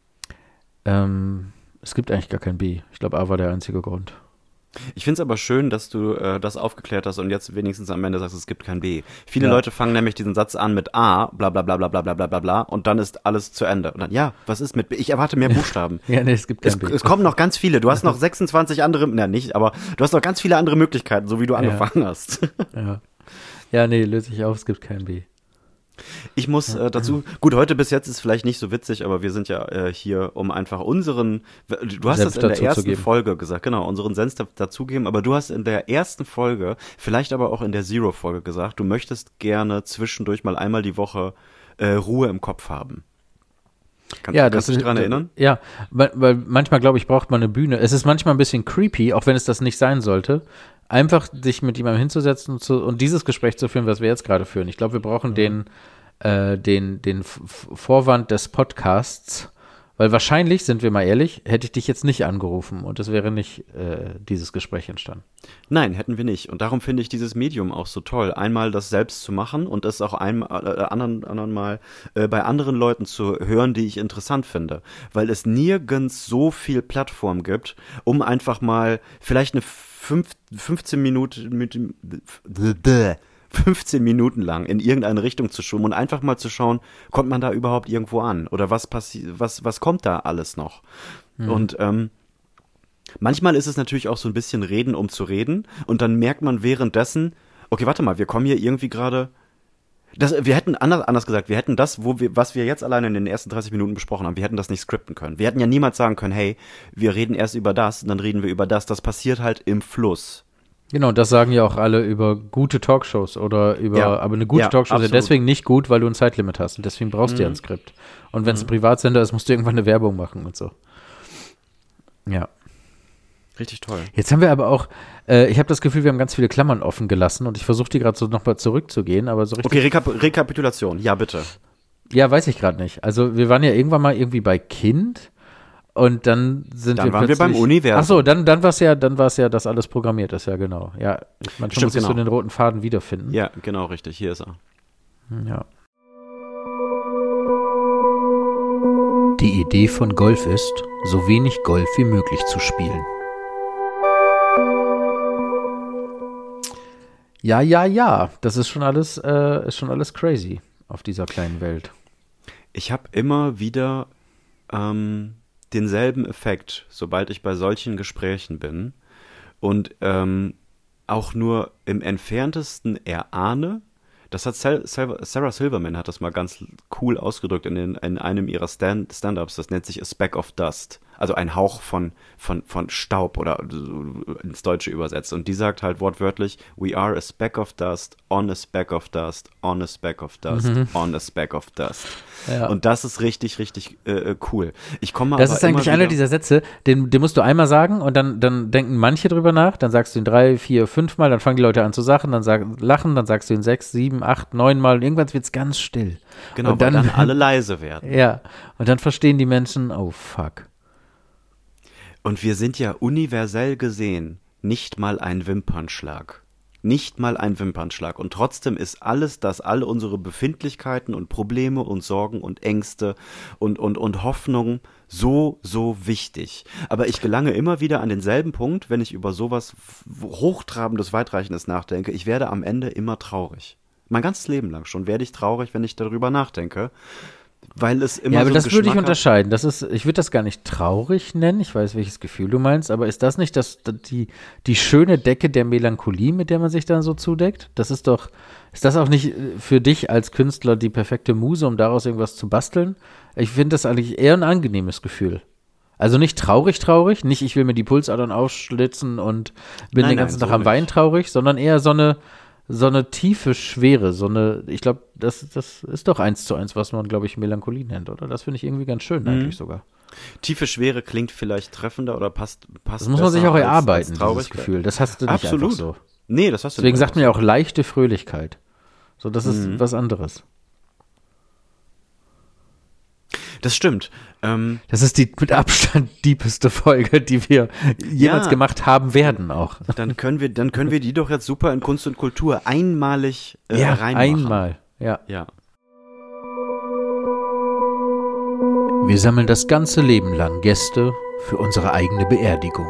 ähm, es gibt eigentlich gar kein B. Ich glaube, A war der einzige Grund. Ich finde es aber schön, dass du äh, das aufgeklärt hast und jetzt wenigstens am Ende sagst, es gibt kein B. Viele ja. Leute fangen nämlich diesen Satz an mit A, bla bla bla bla bla bla bla bla und dann ist alles zu Ende. Und dann, ja, was ist mit B? Ich erwarte mehr Buchstaben. ja, nee, es gibt kein es, B. Es kommen noch ganz viele. Du hast noch sechsundzwanzig andere, na nicht, aber du hast noch ganz viele andere Möglichkeiten, so wie du angefangen ja. hast. ja. ja, nee, löse ich auf, es gibt kein B. Ich muss äh, dazu, gut, heute bis jetzt ist vielleicht nicht so witzig, aber wir sind ja äh, hier, um einfach unseren, du hast Senf das in der ersten Folge gesagt, genau, unseren Senf dazugeben, aber du hast in der ersten Folge, vielleicht aber auch in der Zero-Folge gesagt, du möchtest gerne zwischendurch mal einmal die Woche äh, Ruhe im Kopf haben. Kann, ja, kannst du dich daran erinnern? Ja, weil, weil manchmal, glaube ich, braucht man eine Bühne. Es ist manchmal ein bisschen creepy, auch wenn es das nicht sein sollte, einfach sich mit jemandem hinzusetzen und, zu, und dieses Gespräch zu führen, was wir jetzt gerade führen. Ich glaube, wir brauchen mhm. den, äh, den, den F- Vorwand des Podcasts, weil wahrscheinlich, sind wir mal ehrlich, hätte ich dich jetzt nicht angerufen und es wäre nicht äh, dieses Gespräch entstanden. Nein, hätten wir nicht. Und darum finde ich dieses Medium auch so toll. Einmal das selbst zu machen und es auch einmal, äh, anderen, anderen Mal äh, bei anderen Leuten zu hören, die ich interessant finde. Weil es nirgends so viel Plattform gibt, um einfach mal vielleicht eine fünf, fünfzehn Minuten mit fünfzehn Minuten lang in irgendeine Richtung zu schwimmen und einfach mal zu schauen, kommt man da überhaupt irgendwo an? Oder was passiert, was, was kommt da alles noch? Mhm. Und ähm, manchmal ist es natürlich auch so ein bisschen Reden, um zu reden. Und dann merkt man währenddessen, okay, warte mal, wir kommen hier irgendwie gerade, das, wir hätten, anders, anders gesagt, wir hätten das, wo wir, was wir jetzt alleine in den ersten dreißig Minuten besprochen haben, wir hätten das nicht skripten können. Wir hätten ja niemals sagen können, hey, wir reden erst über das und dann reden wir über das. Das passiert halt im Fluss. Genau, das sagen ja auch alle über gute Talkshows oder über, ja, aber eine gute ja, Talkshow ist ja absolut. Deswegen nicht gut, weil du ein Zeitlimit hast und deswegen brauchst mhm. du ja ein Skript. Und wenn es mhm. ein Privatsender ist, musst du irgendwann eine Werbung machen und so. Ja. Richtig toll. Jetzt haben wir aber auch, äh, ich habe das Gefühl, wir haben ganz viele Klammern offen gelassen und ich versuche die gerade so nochmal zurückzugehen, aber so richtig. Okay, Rekap- Rekapitulation, ja bitte. Ja, weiß ich gerade nicht. Also wir waren ja irgendwann mal irgendwie bei Kind. Und dann sind dann wir waren plötzlich, wir beim Universum. Ach so, dann, dann war es ja, dann war es ja, dass alles programmiert ist, ja genau. Ja, manchmal Stimmt, muss ich genau. so den roten Faden wiederfinden. Ja, genau, richtig, hier ist er. Ja. Die Idee von Golf ist, so wenig Golf wie möglich zu spielen. Ja, ja, ja, das ist schon alles, äh, ist schon alles crazy auf dieser kleinen Welt. Ich habe immer wieder ähm, denselben Effekt, sobald ich bei solchen Gesprächen bin und ähm, auch nur im entferntesten erahne, das hat Sal- Sal- Sarah Silverman hat das mal ganz cool ausgedrückt in, den, in einem ihrer Stand- Stand-Ups, das nennt sich A Speck of Dust, also ein Hauch von, von, von Staub oder ins Deutsche übersetzt. Und die sagt halt wortwörtlich, we are a speck of dust, on a speck of dust, on a speck of dust, mhm. on a speck of dust. Ja. Und das ist richtig, richtig äh, cool. Ich komme Das aber ist eigentlich immer einer wieder dieser Sätze, den, den musst du einmal sagen und dann, dann denken manche drüber nach, dann sagst du ihn drei, vier, fünf Mal, dann fangen die Leute an zu sagen, dann sagen, lachen, dann sagst du ihn sechs, sieben, acht, neun Mal und irgendwann wird es ganz still. Genau, und dann, weil dann alle leise werden. Ja, und dann verstehen die Menschen, oh fuck. Und wir sind ja universell gesehen nicht mal ein Wimpernschlag. Nicht mal ein Wimpernschlag. Und trotzdem ist alles das, all unsere Befindlichkeiten und Probleme und Sorgen und Ängste und, und, und Hoffnungen so, so wichtig. Aber ich gelange immer wieder an denselben Punkt, wenn ich über sowas Hochtrabendes, Weitreichendes nachdenke. Ich werde am Ende immer traurig. Mein ganzes Leben lang schon werde ich traurig, wenn ich darüber nachdenke. Weil es immer ja, aber so das Geschmack würde ich hat. unterscheiden. Das ist, ich würde das gar nicht traurig nennen. Ich weiß, welches Gefühl du meinst, aber ist das nicht das, die, die schöne Decke der Melancholie, mit der man sich dann so zudeckt? Das ist doch, ist das auch nicht für dich als Künstler die perfekte Muse, um daraus irgendwas zu basteln? Ich finde das eigentlich eher ein angenehmes Gefühl. Also nicht traurig, traurig, nicht ich will mir die Pulsadern aufschlitzen und bin Nein, den ganzen nein, Tag so am Wein nicht. traurig, sondern eher so eine so eine tiefe Schwere, so eine, ich glaube, das, das ist doch eins zu eins, was man, glaube ich, Melancholie nennt, oder? Das finde ich irgendwie ganz schön, Mhm. eigentlich sogar. Tiefe Schwere klingt vielleicht treffender oder passt, passt Das muss man sich auch besser erarbeiten, als, als dieses Traurigkeit. Gefühl. Das hast du nicht Absolut. einfach so. Nee, das hast du Deswegen nicht sagt man einfach ja auch leichte Fröhlichkeit. So, das ist Mhm. was anderes. Das stimmt. Ähm, Das ist die mit Abstand diepeste Folge, die wir jemals Ja. gemacht haben werden auch. dann können wir, dann können wir die doch jetzt super in Kunst und Kultur einmalig äh, Ja, reinmachen. einmal. Ja. Ja. Wir sammeln das ganze Leben lang Gäste für unsere eigene Beerdigung.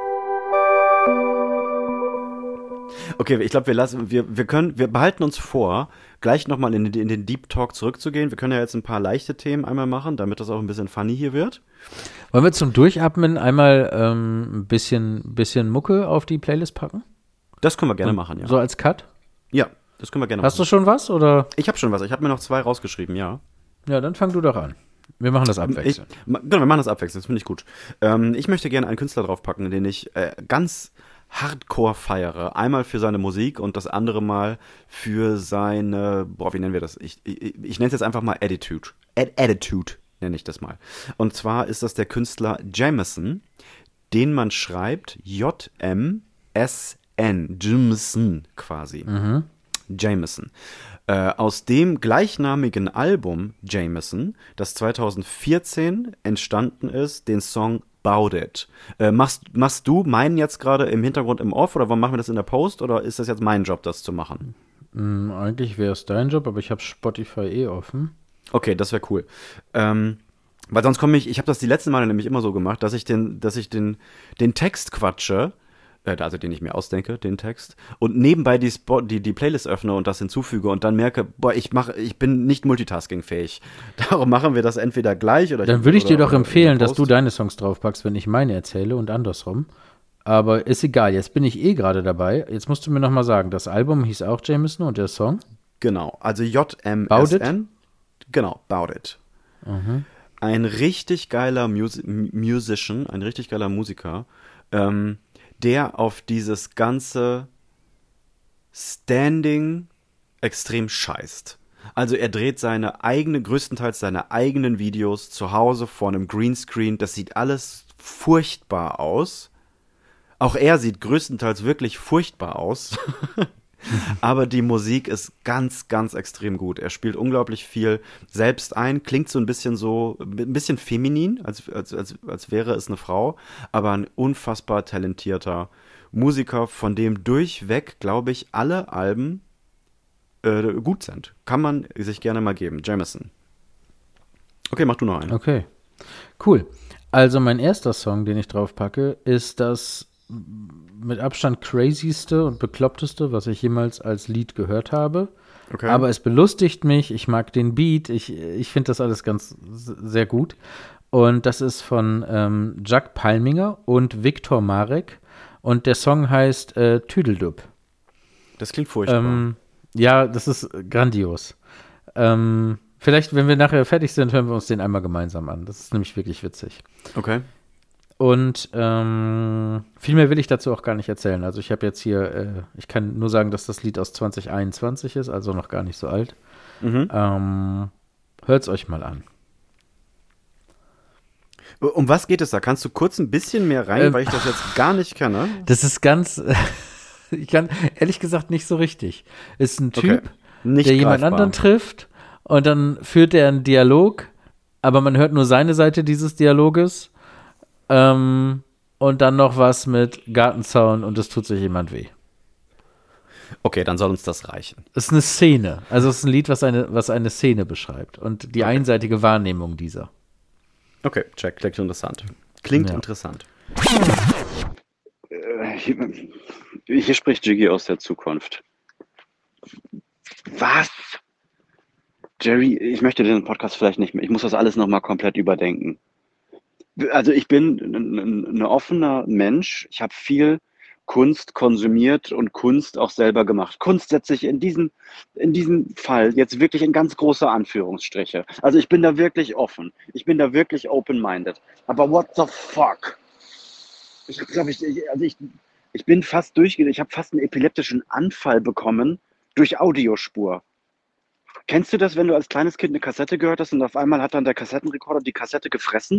Okay, ich glaube, wir lassen, wir, wir können, wir behalten uns vor, gleich nochmal in, den- in den Deep Talk zurückzugehen. Wir können ja jetzt ein paar leichte Themen einmal machen, damit das auch ein bisschen funny hier wird. Wollen wir zum Durchatmen einmal ähm, ein bisschen, bisschen Mucke auf die Playlist packen? Das können wir gerne machen, ja. So als Cut? Ja, das können wir gerne Hast du machen. schon was, oder? Ich habe schon was. Ich habe mir noch zwei rausgeschrieben, ja. Ja, dann fang du doch an. Wir machen das Ich, abwechselnd. ma- genau, wir machen das abwechselnd, das finde ich gut. Ähm, ich möchte gerne einen Künstler draufpacken, den ich äh, ganz hardcore feiere. Einmal für seine Musik und das andere Mal für seine, boah, wie nennen wir das? Ich, ich, ich nenne es jetzt einfach mal Attitude. Ad Attitude nenne ich das mal. Und zwar ist das der Künstler Jameson, den man schreibt J M S N. Jameson quasi. Mhm. Jameson. Äh, aus dem gleichnamigen Album Jameson, das zwanzig vierzehn entstanden ist, den Song Bout It. Äh, machst, machst du meinen jetzt gerade im Hintergrund im Off oder warum machen wir das in der Post oder ist das jetzt mein Job, das zu machen? Mm, eigentlich wäre es dein Job, aber ich habe Spotify eh offen. Okay, das wäre cool. Ähm, weil sonst komme ich, ich habe das die letzten Male nämlich immer so gemacht, dass ich den, dass ich den, den Text quatsche, äh, also den ich mir ausdenke, den Text, und nebenbei die, Spo die, die Playlist öffne und das hinzufüge und dann merke, boah, ich mache, ich bin nicht multitaskingfähig. Darum machen wir das entweder gleich oder Dann würde ich oder, dir doch oder empfehlen, in der dass du Post. deine Songs draufpackst, wenn ich meine erzähle und andersrum. Aber ist egal, jetzt bin ich eh gerade dabei. Jetzt musst du mir noch mal sagen, das Album hieß auch Jameson und der Song? Genau, also J M Bout S It? N. Genau, Bout It. Ein richtig geiler Mus Musician, ein richtig geiler Musiker, ähm, der auf dieses ganze Standing extrem scheißt. Also er dreht seine eigene, größtenteils seine eigenen Videos zu Hause vor einem Greenscreen. Das sieht alles furchtbar aus. Auch er sieht größtenteils wirklich furchtbar aus. Aber die Musik ist ganz, ganz extrem gut. Er spielt unglaublich viel selbst ein, klingt so ein bisschen so, ein bisschen feminin, als, als, als, als wäre es eine Frau, aber ein unfassbar talentierter Musiker, von dem durchweg, glaube ich, alle Alben äh, gut sind. Kann man sich gerne mal geben. Jameson. Okay, mach du noch einen. Okay, cool. Also mein erster Song, den ich draufpacke, ist das mit Abstand crazyste und bekloppteste, was ich jemals als Lied gehört habe. Okay. Aber es belustigt mich, ich mag den Beat, ich, ich finde das alles ganz s- sehr gut. Und das ist von ähm, Jack Palminger und Viktor Marek. Und der Song heißt äh, Tüdeldub. Das klingt furchtbar. Ähm, ja, das ist grandios. Ähm, vielleicht, wenn wir nachher fertig sind, hören wir uns den einmal gemeinsam an. Das ist nämlich wirklich witzig. Okay. Und ähm, viel mehr will ich dazu auch gar nicht erzählen. Also ich habe jetzt hier, äh, ich kann nur sagen, dass das Lied aus zwanzig einundzwanzig ist, also noch gar nicht so alt. Mhm. Ähm, hört's euch mal an. Um was geht es da? Kannst du kurz ein bisschen mehr rein, Ähm, weil ich das jetzt gar nicht kenne? Das ist ganz, ich kann ehrlich gesagt nicht so richtig. Ist ein Typ, Okay. Nicht der jemand greifbar. anderen trifft und dann führt er einen Dialog, aber man hört nur seine Seite dieses Dialoges. Ähm, und dann noch was mit Gartenzaun und es tut sich jemand weh. Okay, dann soll uns das reichen. Es ist eine Szene. Also es ist ein Lied, was eine, was eine Szene beschreibt und die Okay. einseitige Wahrnehmung dieser. Okay, check, klingt interessant. Klingt Ja. interessant. Äh, Hier, hier spricht Jiggy aus der Zukunft. Was? Jerry, ich möchte den Podcast vielleicht nicht mehr. Ich muss das alles nochmal komplett überdenken. Also ich bin ein, ein, ein offener Mensch. Ich habe viel Kunst konsumiert und Kunst auch selber gemacht. Kunst setze ich in diesem, in diesem Fall jetzt wirklich in ganz große Anführungsstriche. Also ich bin da wirklich offen. Ich bin da wirklich open-minded. Aber what the fuck? Ich glaube, ich, ich, also ich, ich bin fast durchge... Ich habe fast einen epileptischen Anfall bekommen durch Audiospur. Kennst du das, wenn du als kleines Kind eine Kassette gehört hast und auf einmal hat dann der Kassettenrekorder die Kassette gefressen?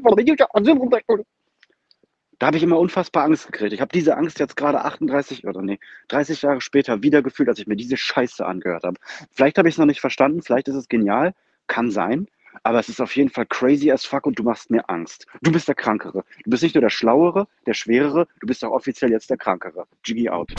Da habe ich immer unfassbar Angst gekriegt. Ich habe diese Angst jetzt gerade achtunddreißig oder nee, dreißig Jahre später wieder gefühlt, als ich mir diese Scheiße angehört habe. Vielleicht habe ich es noch nicht verstanden, vielleicht ist es genial, kann sein, aber es ist auf jeden Fall crazy as fuck und du machst mir Angst. Du bist der Krankere. Du bist nicht nur der Schlauere, der Schwerere, du bist auch offiziell jetzt der Krankere. Jiggy out.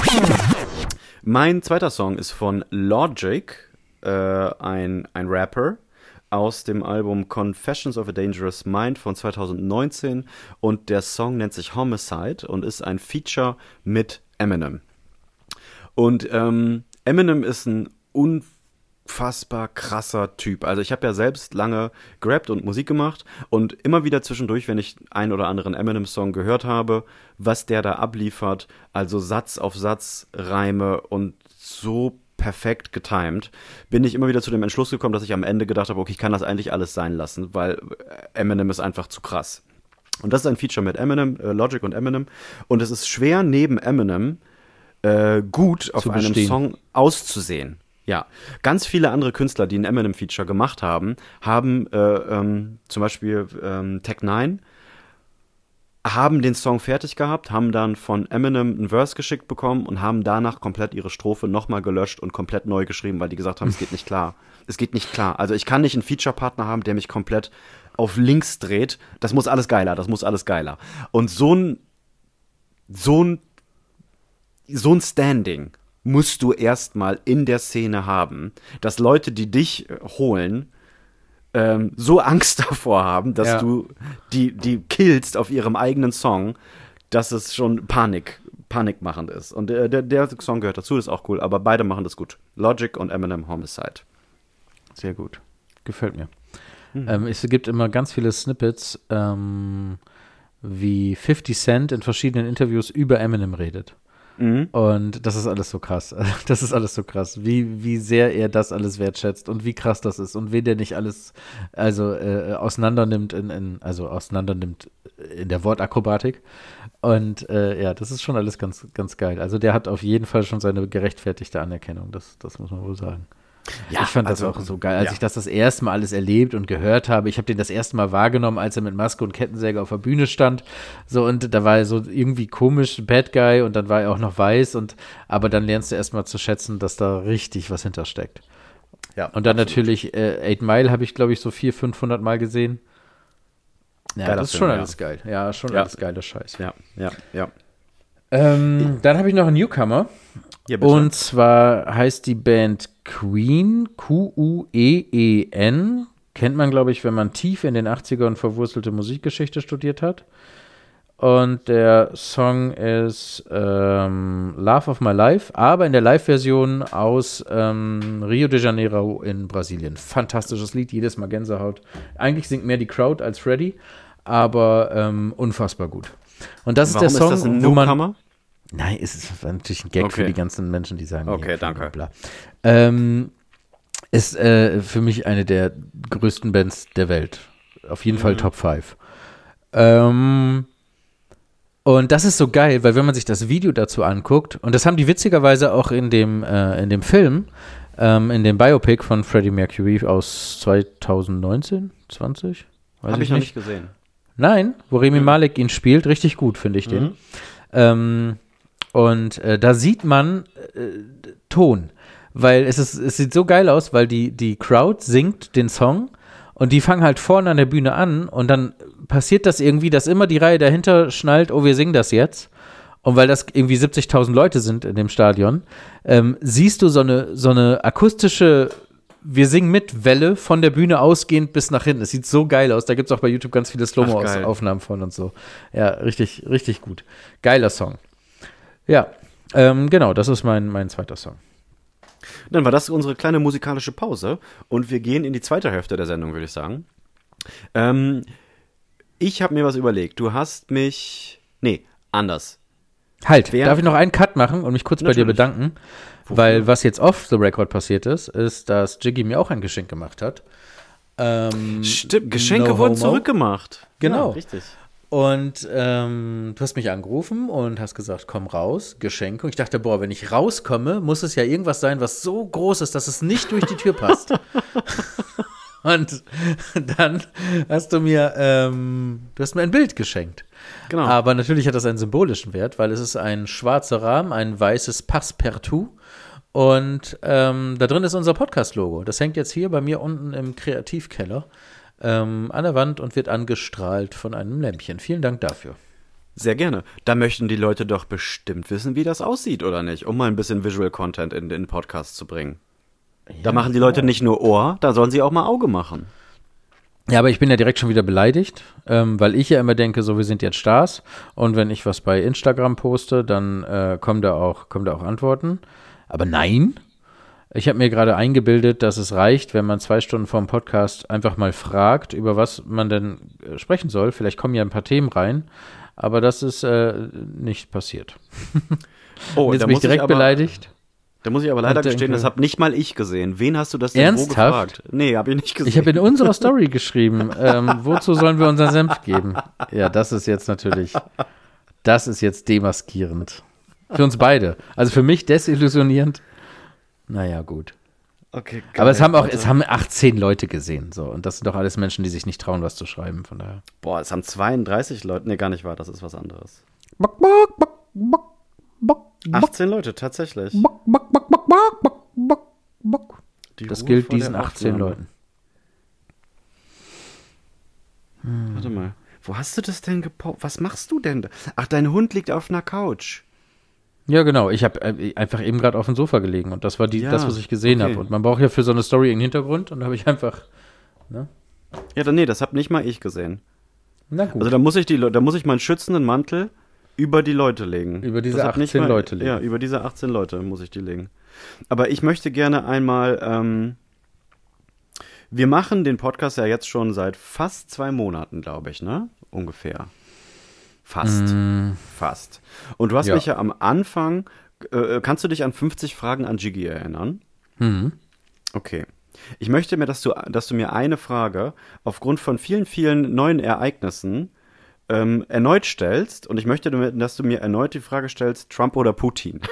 Mein zweiter Song ist von Logic, äh, ein, ein Rapper aus dem Album Confessions of a Dangerous Mind von zweitausendneunzehn und der Song nennt sich Homicide und ist ein Feature mit Eminem. Und ähm, Eminem ist ein unfassbar krasser Typ. Also ich habe ja selbst lange gerappt und Musik gemacht und immer wieder zwischendurch, wenn ich einen oder anderen Eminem-Song gehört habe, was der da abliefert, also Satz auf Satz, Reime und so perfekt getimed, bin ich immer wieder zu dem Entschluss gekommen, dass ich am Ende gedacht habe, okay, ich kann das eigentlich alles sein lassen, weil Eminem ist einfach zu krass. Und das ist ein Feature mit Eminem, äh, Logic und Eminem. Und es ist schwer, neben Eminem äh, gut auf einem bestehen. Song auszusehen. Ja, ganz viele andere Künstler, die ein Eminem-Feature gemacht haben, haben äh, ähm, zum Beispiel ähm, Tech neun, haben den Song fertig gehabt, haben dann von Eminem einen Verse geschickt bekommen und haben danach komplett ihre Strophe nochmal gelöscht und komplett neu geschrieben, weil die gesagt haben, es geht nicht klar. Es geht nicht klar. Also ich kann nicht einen Feature-Partner haben, der mich komplett auf links dreht. Das muss alles geiler, das muss alles geiler. Und so ein so ein so ein Standing musst du erstmal in der Szene haben, dass Leute, die dich holen, Ähm, so Angst davor haben, dass Ja. du die, die killst auf ihrem eigenen Song, dass es schon Panik, panikmachend ist. Und der, der, der Song gehört dazu, ist auch cool, aber beide machen das gut. Logic und Eminem Homicide. Sehr gut. Gefällt mir. Mhm. Ähm, es gibt immer ganz viele Snippets, ähm, wie fifty Cent in verschiedenen Interviews über Eminem redet. Mhm. Und das ist alles so krass. Das ist alles so krass, wie, wie sehr er das alles wertschätzt und wie krass das ist und wen der nicht alles also äh, auseinandernimmt in, in also auseinandernimmt in der Wortakrobatik. Und äh, ja, das ist schon alles ganz, ganz geil. Also der hat auf jeden Fall schon seine gerechtfertigte Anerkennung, das, das muss man wohl sagen. Ja, ich fand also, das auch so geil, als ja. ich das das erste Mal alles erlebt und gehört habe. Ich habe den das erste Mal wahrgenommen, als er mit Maske und Kettensäge auf der Bühne stand. So, und da war er so irgendwie komisch, Bad Guy, und dann war er auch noch weiß. Und aber dann lernst du erst mal zu schätzen, dass da richtig was hintersteckt. Ja, und dann absolut. natürlich äh, Eight Mile habe ich, glaube ich, so vierhundert, fünfhundert Mal gesehen. Ja, Geiler das ist Film, schon ja. alles geil. Ja, schon Ja. alles geiler Scheiß. Ja, ja, ja. Ähm, dann habe ich noch einen Newcomer. Ja, bitte. Und zwar heißt die Band Queen, Q U E E N. Kennt man, glaube ich, wenn man tief in den achtzigern verwurzelte Musikgeschichte studiert hat. Und der Song ist ähm, Love of My Life, aber in der Live-Version aus ähm, Rio de Janeiro in Brasilien. Fantastisches Lied, jedes Mal Gänsehaut. Eigentlich singt mehr die Crowd als Freddy, aber ähm, unfassbar gut. Und das Warum ist der Song, ist das ein wo man... Newcomer? Nein, es ist natürlich ein Gag Okay. für die ganzen Menschen, die sagen, Okay, ja, danke. Bla. Ähm, ist äh, für mich eine der größten Bands der Welt. Auf jeden Mhm. Fall Top fünf. Ähm, Und das ist so geil, weil wenn man sich das Video dazu anguckt, und das haben die witzigerweise auch in dem, äh, in dem Film, ähm, in dem Biopic von Freddie Mercury aus zweitausendneunzehn, zwanzig? Habe ich noch nicht gesehen. Nein, wo Rami Mhm. Malek ihn spielt, richtig gut, finde ich den. Mhm. Ähm, und äh, da sieht man äh, Ton, weil es ist, es sieht so geil aus, weil die, die Crowd singt den Song und die fangen halt vorne an der Bühne an und dann passiert das irgendwie, dass immer die Reihe dahinter schnallt, oh, wir singen das jetzt. Und weil das irgendwie siebzigtausend Leute sind in dem Stadion, ähm, siehst du so eine, so eine akustische Wir singen mit Welle von der Bühne ausgehend bis nach hinten. Es sieht so geil aus. Da gibt es auch bei YouTube ganz viele Ach, geil. Slow-Mo-Aufnahmen von und so. Ja, richtig, richtig gut. Geiler Song. Ja, ähm, genau, das ist mein, mein zweiter Song. Dann war das unsere kleine musikalische Pause und wir gehen in die zweite Hälfte der Sendung, würde ich sagen. Ähm, ich habe mir was überlegt. Du hast mich, nee, anders. Halt, Wer- darf ich noch einen Cut machen und mich kurz bei dir Natürlich. bedanken? Weil was jetzt off the record passiert ist, ist, dass Jiggy mir auch ein Geschenk gemacht hat. Ähm, Stimmt, Geschenke no wurden homo. zurückgemacht. Genau. Ja, richtig. Und ähm, du hast mich angerufen und hast gesagt, komm raus, Geschenke. Und ich dachte, boah, wenn ich rauskomme, muss es ja irgendwas sein, was so groß ist, dass es nicht durch die Tür passt. Und dann hast du mir, ähm, du hast mir ein Bild geschenkt. Genau. Aber natürlich hat das einen symbolischen Wert, weil es ist ein schwarzer Rahmen, ein weißes Passepartout. Und ähm, da drin ist unser Podcast-Logo. Das hängt jetzt hier bei mir unten im Kreativkeller ähm, an der Wand und wird angestrahlt von einem Lämpchen. Vielen Dank dafür. Sehr gerne. Da möchten die Leute doch bestimmt wissen, wie das aussieht, oder nicht? Um mal ein bisschen Visual Content in den Podcast zu bringen. Da machen die Leute nicht nur Ohr, da sollen sie auch mal Auge machen. Ja, aber ich bin ja direkt schon wieder beleidigt, ähm, weil ich ja immer denke, so, wir sind jetzt Stars. Und wenn ich was bei Instagram poste, dann äh, kommen da auch, kommen da auch Antworten. Aber nein, ich habe mir gerade eingebildet, dass es reicht, wenn man zwei Stunden vor dem Podcast einfach mal fragt, über was man denn äh, sprechen soll. Vielleicht kommen ja ein paar Themen rein, aber das ist äh, nicht passiert. Oh, Jetzt da bin ich muss ich direkt aber, beleidigt. Da muss ich aber leider Und denke- gestehen, das habe nicht mal ich gesehen. Wen hast du das denn Ernsthaft? wo gefragt? Nee, habe ich nicht gesehen. Ich habe in unserer Story geschrieben, ähm, wozu sollen wir unseren Senf geben? Ja, das ist jetzt natürlich, das ist jetzt demaskierend. Für uns beide. Also für mich desillusionierend. Naja, gut. Okay, geil, Aber es haben auch, Alter. es haben achtzehn Leute gesehen, so. Und das sind doch alles Menschen, die sich nicht trauen, was zu schreiben, von daher. Boah, es haben zweiunddreißig Leute. Nee, gar nicht wahr, das ist was anderes. Bock, bock, bock, bock, bock, bock, achtzehn Leute, tatsächlich. bock, bock, bock, bock, bock, bock, bock, bock. Die Das Ruhe gilt vor der diesen achtzehn Aufnahme. Leuten. Warte mal, wo hast du das denn gepostet? Was machst du denn da? Ach, dein Hund liegt auf einer Couch. Ja, genau. Ich habe äh, einfach eben gerade auf dem Sofa gelegen und das war die, Ja, das, was ich gesehen okay. habe. Und man braucht ja für so eine Story einen Hintergrund und da habe ich einfach. Ja, dann, nee, das hab nicht mal ich gesehen. Na gut. Also da muss ich die, Le- da muss ich meinen schützenden Mantel über die Leute legen. Über diese Das hat nicht achtzehn mal- Leute legen. Ja, über diese achtzehn Leute muss ich die legen. Aber ich möchte gerne einmal, ähm, wir machen den Podcast ja jetzt schon seit fast zwei Monaten, glaube ich, ne? Ungefähr. Fast. Mm, Fast. Und du hast Ja. mich ja am Anfang, äh, kannst du dich an fünfzig Fragen an Jiggy erinnern? hm. Okay. Ich möchte mir, dass du, dass du mir eine Frage aufgrund von vielen, vielen neuen Ereignissen ähm, erneut stellst. Und ich möchte, dass du mir erneut die Frage stellst, Trump oder Putin?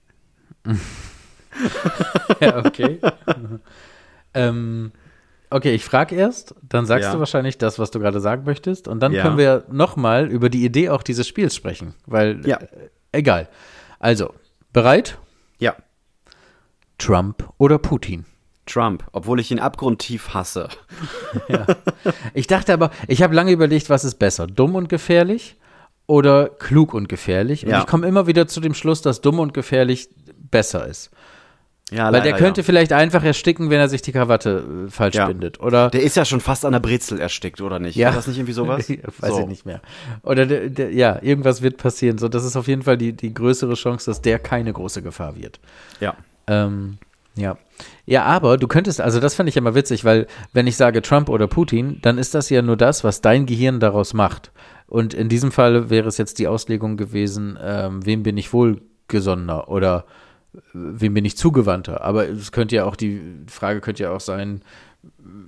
Ja, okay. ähm, okay, ich frage erst, dann sagst Ja. du wahrscheinlich das, was du gerade sagen möchtest. Und dann Ja. können wir nochmal über die Idee auch dieses Spiels sprechen. Weil, Ja. äh, egal. Also, bereit? Ja, Trump oder Putin? Trump, obwohl ich ihn abgrundtief hasse. Ich dachte aber, ich habe lange überlegt, was ist besser, dumm und gefährlich oder klug und gefährlich? Und Ja. ich komme immer wieder zu dem Schluss, dass dumm und gefährlich besser ist. Ja, Weil der leider, könnte ja. vielleicht einfach ersticken, wenn er sich die Krawatte äh, falsch Ja. bindet. Oder Der ist ja schon fast an der Brezel erstickt, oder nicht? Ja. War das nicht irgendwie sowas? weiß so. ich nicht mehr. Oder der, der, ja, irgendwas wird passieren. So, das ist auf jeden Fall die, die größere Chance, dass der keine große Gefahr wird. Ja. Ähm, ja. Ja, aber du könntest, also das fand ich immer witzig, weil wenn ich sage Trump oder Putin, dann ist das ja nur das, was dein Gehirn daraus macht. Und in diesem Fall wäre es jetzt die Auslegung gewesen, ähm, wem bin ich wohlgesonnener oder äh, wem bin ich zugewandter. Aber es könnte ja auch, die Frage könnte ja auch sein,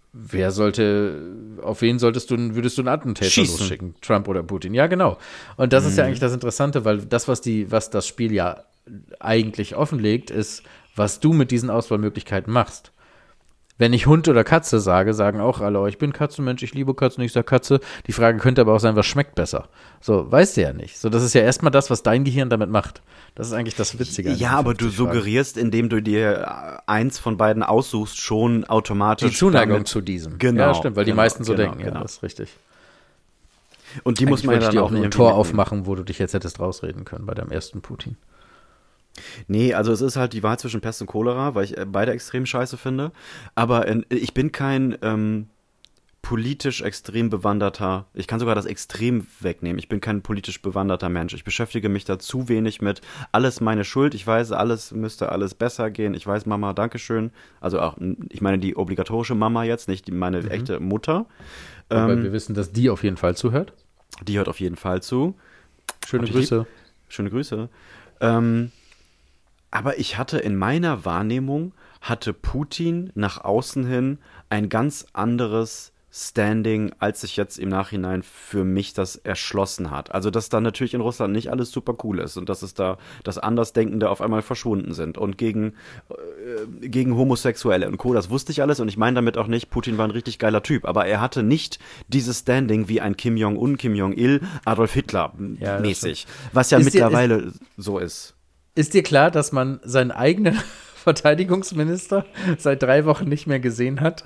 wer sollte, auf wen solltest du, würdest du einen Attentäter Schießen. losschicken? Trump oder Putin? Ja, genau. Und das Mhm. ist ja eigentlich das Interessante, weil das, was die, was das Spiel ja eigentlich offenlegt, ist, was du mit diesen Auswahlmöglichkeiten machst. Wenn ich Hund oder Katze sage, sagen auch alle, oh, ich bin Katzenmensch, ich liebe Katzen, ich sage Katze. Die Frage könnte aber auch sein, was schmeckt besser? So, weißt du ja nicht. So, das ist ja erstmal das, was dein Gehirn damit macht. Das ist eigentlich das Witzige. an Ja, diesen aber du fünfzig Fragen. suggerierst, indem du dir eins von beiden aussuchst, schon automatisch Die Zuneigung damit- zu diesem. Genau, Ja, stimmt, weil die genau, meisten so genau, denken. genau. Ja, das ist richtig. Und die muss Eigentlich man wollte ja ich dann dir auch auch nur ein irgendwie Tor mitnehmen. aufmachen, wo du dich jetzt hättest rausreden können bei deinem ersten Putin. Nee, also es ist halt die Wahl zwischen Pest und Cholera, weil ich äh, beide extrem scheiße finde. Aber äh, ich bin kein ähm, politisch extrem bewanderter, ich kann sogar das Extrem wegnehmen. Ich bin kein politisch bewanderter Mensch. Ich beschäftige mich da zu wenig mit, alles meine Schuld. Ich weiß, alles müsste alles besser gehen. Ich weiß, Mama, Dankeschön. Also auch, ich meine die obligatorische Mama jetzt, nicht die, meine Mhm. echte Mutter. Weil Ähm, wir wissen, dass die auf jeden Fall zuhört. die hört auf jeden Fall zu. Schöne Hab ich Grüße. Schöne Grüße. Ähm, aber ich hatte in meiner Wahrnehmung, hatte Putin nach außen hin ein ganz anderes Standing, als sich jetzt im Nachhinein für mich das erschlossen hat. Also, dass da natürlich in Russland nicht alles super cool ist und dass es da, dass Andersdenkende auf einmal verschwunden sind und gegen, äh, gegen Homosexuelle und Co., das wusste ich alles und ich meine damit auch nicht, Putin war ein richtig geiler Typ, aber er hatte nicht dieses Standing wie ein Kim Jong-un, Kim Jong-il, Adolf Hitler Ja, das mäßig, was ja Ist dir- mittlerweile so ist. Ist dir klar, dass man seinen eigenen Verteidigungsminister seit drei Wochen nicht mehr gesehen hat?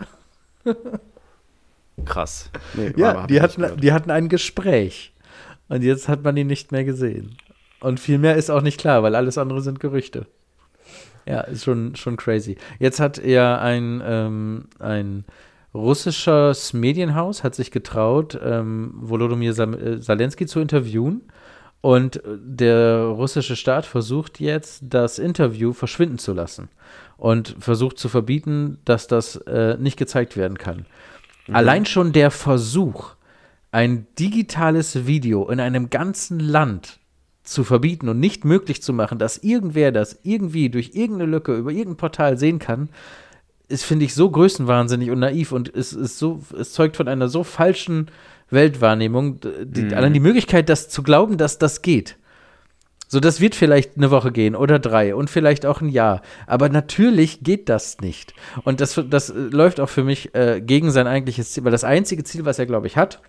Krass. Nee, aber Ja, hab die ich nicht hatten, gehört. die hatten ein Gespräch. Und jetzt hat man ihn nicht mehr gesehen. Und viel mehr ist auch nicht klar, weil alles andere sind Gerüchte. Ja, ist schon, schon crazy. Jetzt hat er ein, ähm, ein russisches Medienhaus, hat sich getraut, ähm, Volodymyr Sam- äh, Zelensky zu interviewen. Und der russische Staat versucht jetzt, das Interview verschwinden zu lassen. Und versucht zu verbieten, dass das äh, nicht gezeigt werden kann. Mhm. Allein schon der Versuch, ein digitales Video in einem ganzen Land zu verbieten und nicht möglich zu machen, dass irgendwer das irgendwie durch irgendeine Lücke über irgendein Portal sehen kann, ist, finde ich, so größenwahnsinnig und naiv und es ist so, es zeugt von einer so falschen Weltwahrnehmung, die, Mhm. allein die Möglichkeit, das zu glauben, dass das geht. So, das wird vielleicht eine Woche gehen oder drei und vielleicht auch ein Jahr. Aber natürlich geht das nicht. Und das, das äh, läuft auch für mich äh, gegen sein eigentliches Ziel, weil das einzige Ziel, was er, glaube ich, hat,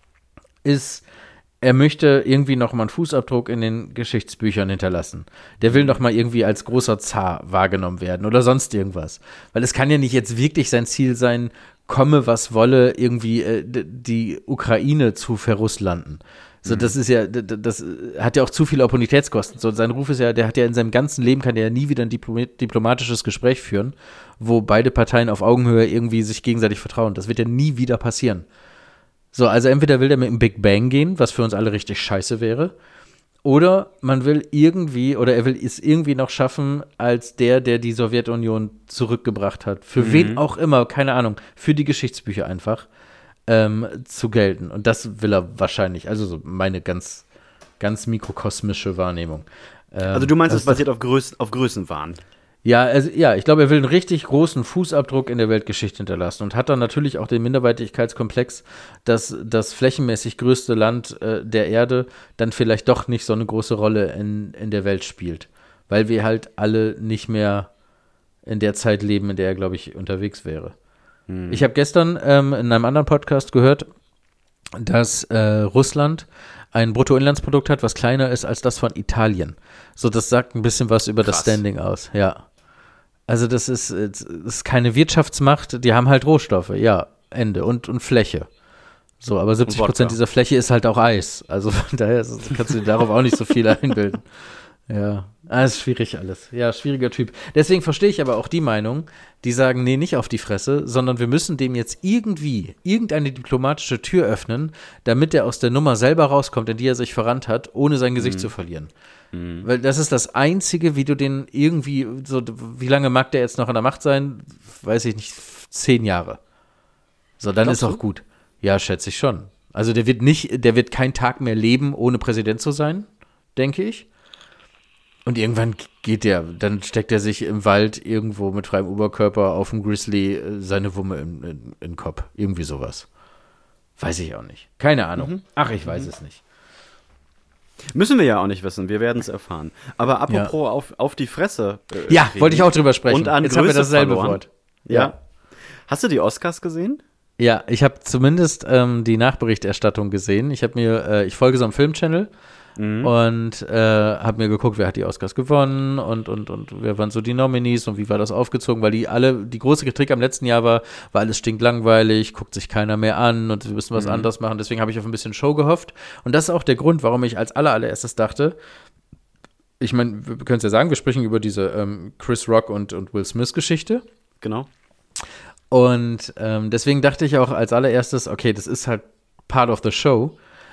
ist, er möchte irgendwie noch mal einen Fußabdruck in den Geschichtsbüchern hinterlassen. Der will noch mal irgendwie als großer Zar wahrgenommen werden oder sonst irgendwas. Weil es kann ja nicht jetzt wirklich sein Ziel sein, komme was wolle, irgendwie äh, d- die Ukraine zu verrusslanden. So, das ist ja, d- d- das äh, hat ja auch zu viele Opportunitätskosten. So, sein Ruf ist ja, der hat ja in seinem ganzen Leben, kann der ja nie wieder ein Diplom- diplomatisches Gespräch führen, wo beide Parteien auf Augenhöhe irgendwie sich gegenseitig vertrauen. Das wird ja nie wieder passieren. So, also entweder will der mit dem Big Bang gehen, was für uns alle richtig scheiße wäre, oder man will irgendwie, oder er will es irgendwie noch schaffen, als der, der die Sowjetunion zurückgebracht hat, für Mhm. wen auch immer, keine Ahnung, für die Geschichtsbücher einfach, ähm, zu gelten. Und das will er wahrscheinlich, also so meine ganz, ganz mikrokosmische Wahrnehmung. Ähm, Also du meinst, das es basiert auf, Größen, auf Größenwahn. ja, also, ja, ich glaube, er will einen richtig großen Fußabdruck in der Weltgeschichte hinterlassen und hat dann natürlich auch den Minderwertigkeitskomplex, dass das flächenmäßig größte Land äh, der Erde dann vielleicht doch nicht so eine große Rolle in, in der Welt spielt. Weil wir halt alle nicht mehr in der Zeit leben, in der er, glaube ich, unterwegs wäre. Ich habe gestern ähm, in einem anderen Podcast gehört, dass äh, Russland ein Bruttoinlandsprodukt hat, was kleiner ist als das von Italien. So, das sagt ein bisschen was über das Krass. Standing aus, ja. Also das ist, das ist keine Wirtschaftsmacht, die haben halt Rohstoffe, ja, Ende und, und Fläche. So, aber siebzig Prozent Wodka. dieser Fläche ist halt auch Eis. Also von daher ist, kannst du dir darauf auch nicht so viel einbilden. Ja, ah, ist schwierig alles. Ja, schwieriger Typ. Deswegen verstehe ich aber auch die Meinung, die sagen, nee, nicht auf die Fresse, sondern wir müssen dem jetzt irgendwie irgendeine diplomatische Tür öffnen, damit er aus der Nummer selber rauskommt, in die er sich verrannt hat, ohne sein Gesicht zu verlieren. Weil das ist das Einzige, wie du den irgendwie, so, wie lange mag der jetzt noch an der Macht sein? Weiß ich nicht, zehn Jahre. So, dann Glaubst ist auch du? gut. Ja, schätze ich schon. Also der wird nicht, der wird keinen Tag mehr leben, ohne Präsident zu sein, denke ich. Und irgendwann geht der, dann steckt er sich im Wald irgendwo mit freiem Oberkörper auf dem Grizzly äh, seine Wumme in, in, in den Kopf. Irgendwie sowas. Weiß ich auch nicht. Keine Ahnung. Mhm. Ach, ich weiß Mhm. es nicht. Müssen wir ja auch nicht wissen, wir werden es erfahren. Aber apropos Ja. auf, auf die Fresse. Äh, Ja, reden wollte ich auch drüber sprechen. Und an Jetzt haben wir Größe dasselbe verloren. Wort. Ja. Ja. Hast du die Oscars gesehen? Ja, ich habe zumindest ähm, die Nachberichterstattung gesehen. Ich habe mir, äh, ich folge so einem Film-Channel Mhm. und äh, habe mir geguckt, wer hat die Oscars gewonnen und, und, und wer waren so die Nominees und wie war das aufgezogen, weil die alle, die große Kritik am letzten Jahr war, war alles stinklangweilig, guckt sich keiner mehr an und wir müssen was Mhm. anderes machen. Deswegen habe ich auf ein bisschen Show gehofft. Und das ist auch der Grund, warum ich als aller, allererstes dachte, ich meine, wir können es ja sagen, wir sprechen über diese ähm, Chris Rock und, und Will Smith Geschichte. Genau. Und ähm, deswegen dachte ich auch als allererstes, okay, das ist halt part of the show.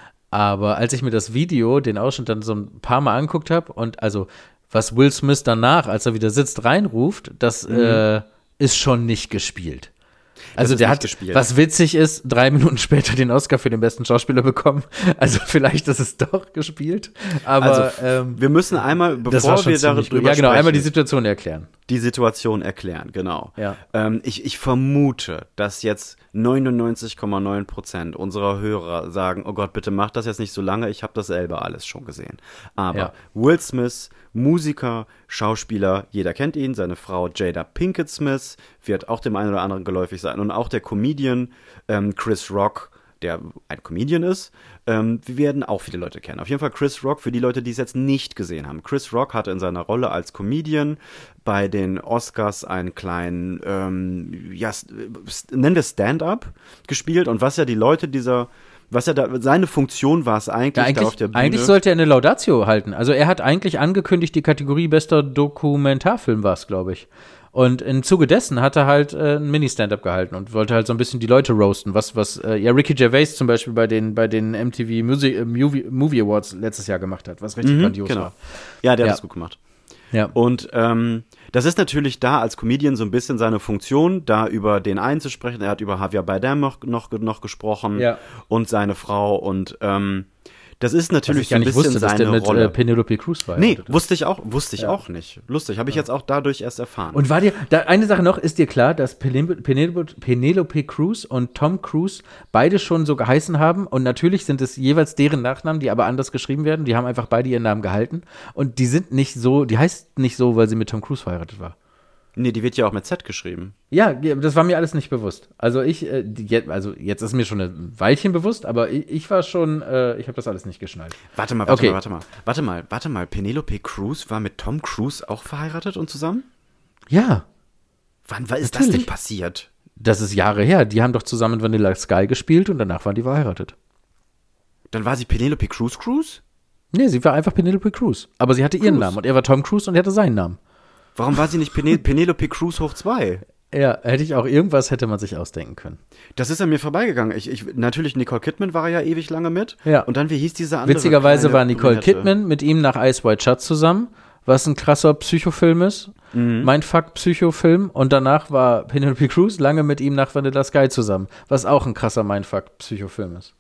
Aber als ich mir das Video, den Ausschnitt dann so ein paar Mal angeguckt habe und also was Will Smith danach, als er wieder sitzt, reinruft, das Mhm. äh, ist schon nicht gespielt. Also ist der nicht hat, gespielt. was witzig ist, drei Minuten später den Oscar für den besten Schauspieler bekommen. Also vielleicht ist es doch gespielt. Aber Also, ähm, wir müssen einmal, das war bevor schon wir ziemlich darüber gut. Ja, genau, sprechen, einmal die Situation erklären. die Situation erklären, genau. Ja. Ähm, ich, ich vermute, dass jetzt neunundneunzig Komma neun Prozent unserer Hörer sagen, oh Gott, bitte mach das jetzt nicht so lange, ich habe das selber alles schon gesehen. Aber Ja. Will Smith, Musiker, Schauspieler, jeder kennt ihn, seine Frau Jada Pinkett Smith wird auch dem einen oder anderen geläufig sein und auch der Comedian ähm, Chris Rock, der ein Comedian ist, ähm, wir werden auch viele Leute kennen. Auf jeden Fall Chris Rock, für die Leute, die es jetzt nicht gesehen haben. Chris Rock hatte in seiner Rolle als Comedian bei den Oscars einen kleinen, ähm, ja, s- nennen wir Stand-up gespielt und was ja die Leute dieser, was ja da, seine Funktion war es eigentlich, Ja, da auf der eigentlich, Bühne. eigentlich sollte er eine Laudatio halten. Also er hat eigentlich angekündigt, die Kategorie bester Dokumentarfilm war es, glaube ich. Und im Zuge dessen hat er halt äh, ein Mini-Stand-up gehalten und wollte halt so ein bisschen die Leute roasten, was, was äh, ja Ricky Gervais zum Beispiel bei den, bei den M T V Music, äh, Movie, Movie Awards letztes Jahr gemacht hat, was richtig Mhm, grandios genau. war. Ja, der Ja. hat das gut gemacht. Ja. Und ähm, das ist natürlich da als Comedian so ein bisschen seine Funktion, da über den einen zu sprechen. Er hat über Javier Bardem noch, noch, noch gesprochen Ja. und seine Frau. Und ähm, das ist Was natürlich ich gar so ein nicht bisschen wusste, dass seine der mit Rolle. äh, Penelope Cruz war. nee, wusste ich auch, wusste ich Ja. auch nicht. Lustig, habe ich jetzt auch dadurch erst erfahren. Und war dir, da, eine Sache noch, ist dir klar, dass Penelope, Penelope, Penelope Cruz und Tom Cruise beide schon so geheißen haben und natürlich sind es jeweils deren Nachnamen, die aber anders geschrieben werden, die haben einfach beide ihren Namen gehalten und die sind nicht so, die heißt nicht so, weil sie mit Tom Cruise verheiratet war. nee, die wird ja auch mit Z geschrieben. Ja, das war mir alles nicht bewusst. Also ich, äh, die, jetzt- also jetzt ist mir schon ein Weilchen bewusst, aber ich, ich war schon, äh, ich habe das alles nicht geschnallt. Warte mal, warte Okay. mal, warte mal. Warte mal, warte mal. Penelope Cruz war mit Tom Cruise auch verheiratet und zusammen? Ja, Wann war, ist Natürlich. das denn passiert? das ist Jahre her. Die haben doch zusammen Vanilla Sky gespielt und danach waren die verheiratet. Dann war sie Penelope Cruz Cruz? Nee, sie war einfach Penelope Cruz. Aber sie hatte ihren Cruz. Namen und er war Tom Cruise und er hatte seinen Namen. Warum war sie nicht Pene Penelope Cruz hoch zwei? Ja, hätte ich auch irgendwas, hätte man sich ausdenken können. Das ist an mir vorbeigegangen. Ich, ich, natürlich, Nicole Kidman war ja ewig lange mit. Ja. Und dann, wie hieß diese andere? Witzigerweise kleine war Nicole Brünette? Kidman mit ihm nach Ice White Shut zusammen, was ein krasser Psychofilm ist. Mhm. Mein Fuck-Psychofilm. Und danach war Penelope Cruz lange mit ihm nach Vanilla Sky zusammen, was auch ein krasser Mindfuck-Psychofilm ist.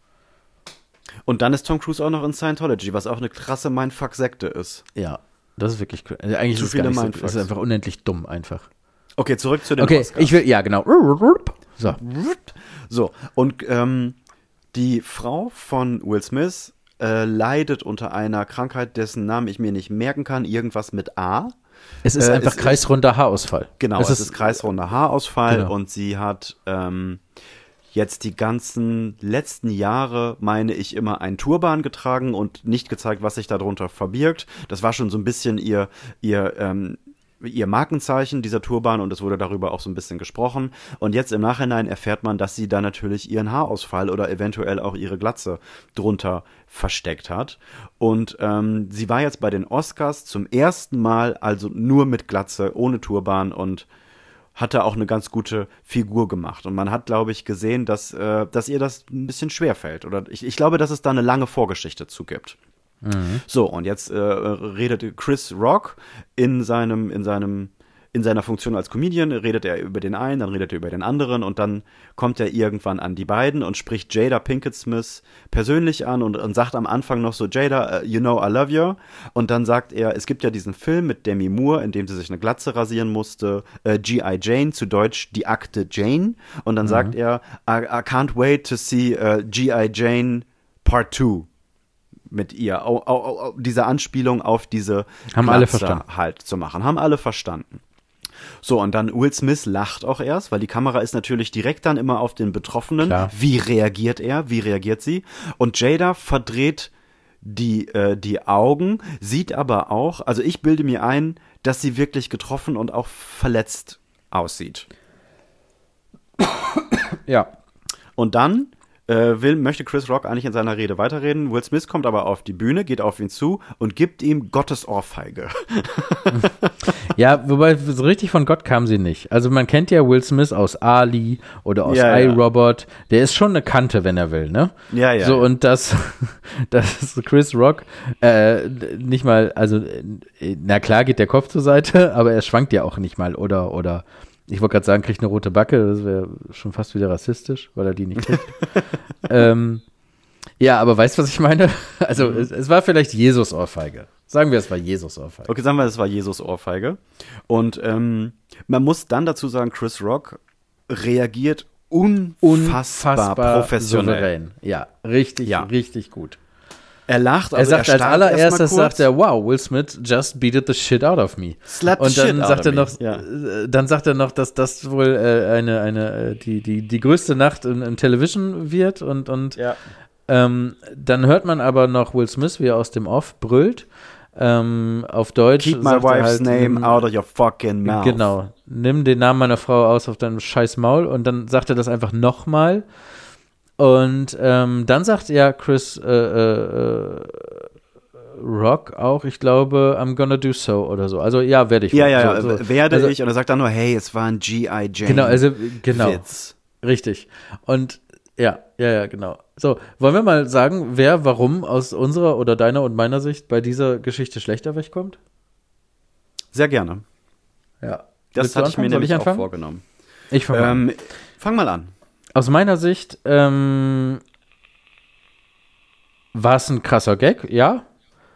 Und dann ist Tom Cruise auch noch in Scientology, was auch eine krasse Mindfuck-Sekte ist. Ja, das ist wirklich cra- also eigentlich Zu ist es gar viele nicht so, Mindfucks. es ist einfach unendlich dumm einfach. Okay, zurück zu den Okay, Oscars. ich will, ja genau. So. So, und ähm, die Frau von Will Smith äh, leidet unter einer Krankheit, dessen Namen ich mir nicht merken kann, irgendwas mit A. Es ist Äh, einfach es ist- kreisrunder Haarausfall. Genau, es es ist, kreisrunder Haarausfall Genau. und sie hat ähm, jetzt die ganzen letzten Jahre, meine ich, immer einen Turban getragen und nicht gezeigt, was sich darunter verbirgt. Das war schon so ein bisschen ihr, ihr, ähm, ihr Markenzeichen, dieser Turban, und es wurde darüber auch so ein bisschen gesprochen. Und jetzt im Nachhinein erfährt man, dass sie da natürlich ihren Haarausfall oder eventuell auch ihre Glatze drunter versteckt hat. Und ähm, sie war jetzt bei den Oscars zum ersten Mal, also nur mit Glatze, ohne Turban, und hatte auch eine ganz gute Figur gemacht. Und man hat, glaube ich, gesehen, dass, äh, dass ihr das ein bisschen schwer fällt. Oder ich, ich glaube, dass es da eine lange Vorgeschichte zu gibt. So, und jetzt äh, redet Chris Rock in seinem, in seinem in seiner Funktion als Comedian redet er über den einen, dann redet er über den anderen und dann kommt er irgendwann an die beiden und spricht Jada Pinkett Smith persönlich an und, und sagt am Anfang noch so, Jada, uh, you know I love you. Und dann sagt er, es gibt ja diesen Film mit Demi Moore, in dem sie sich eine Glatze rasieren musste, äh, G I. Jane, zu Deutsch Die Akte Jane. Und dann mhm. sagt er, I, I can't wait to see uh, G I. Jane Part two. Mit ihr, au, au, au, diese Anspielung auf diese haben alle verstanden. Halt zu machen. Haben alle verstanden. So, und dann Will Smith lacht auch erst, weil die Kamera ist natürlich direkt dann immer auf den Betroffenen. Klar. Wie reagiert er? Wie reagiert sie? Und Jada verdreht die, äh, die Augen, sieht aber auch, also ich bilde mir ein, dass sie wirklich getroffen und auch verletzt aussieht. Ja. Und dann Äh, will, möchte Chris Rock eigentlich in seiner Rede weiterreden. Will Smith kommt aber auf die Bühne, geht auf ihn zu und gibt ihm Gottes Ohrfeige. Ja, wobei so richtig von Gott kam sie nicht. Also man kennt ja Will Smith aus Ali oder aus ja, iRobot. Der ist schon eine Kante, wenn er will, ne? Ja, ja. So, und das, das Chris Rock äh, nicht mal, also na klar geht der Kopf zur Seite, aber er schwankt ja auch nicht mal oder, oder ich wollte gerade sagen, kriegt eine rote Backe, das wäre schon fast wieder rassistisch, weil er die nicht kriegt. ähm, ja, aber weißt du, was ich meine? Also mhm. es, es war vielleicht Jesus-Ohrfeige. Sagen wir, es war Jesus-Ohrfeige. Okay, sagen wir, es war Jesus-Ohrfeige. Und ähm, man muss dann dazu sagen, Chris Rock reagiert unfassbar, unfassbar professionell. Souverän. Ja, richtig, ja. richtig gut. Er lacht, also er sagt er als allererstes, sagt er, wow, Will Smith just beated the shit out of me. Slap und dann shit sagt er out noch, of me. Ja. dann sagt er noch, dass das wohl äh, eine, eine, die, die, die größte Nacht in, in Television wird und, und ja. ähm, dann hört man aber noch Will Smith, wie er aus dem Off brüllt. Ähm, auf Deutsch Keep my wife's halt, name nimm, out of your fucking mouth. Genau, nimm den Namen meiner Frau aus auf deinem scheiß Maul und dann sagt er das einfach nochmal. Und ähm, dann sagt ja Chris äh, äh, Rock auch, ich glaube, I'm gonna do so oder so. Also ja, werde ich. Ja, ja, so, so. werde also, ich. Und er sagt dann nur, hey, es war ein G I. Jane Genau, also genau. Witz. Richtig. Und ja, ja, ja, genau. So, wollen wir mal sagen, wer warum aus unserer oder deiner und meiner Sicht bei dieser Geschichte schlechter wegkommt? Sehr gerne. Ja. Das hatte ich mir nämlich auch vorgenommen. Ich fange ähm, an. Fang mal an. Aus meiner Sicht ähm, war es ein krasser Gag, ja.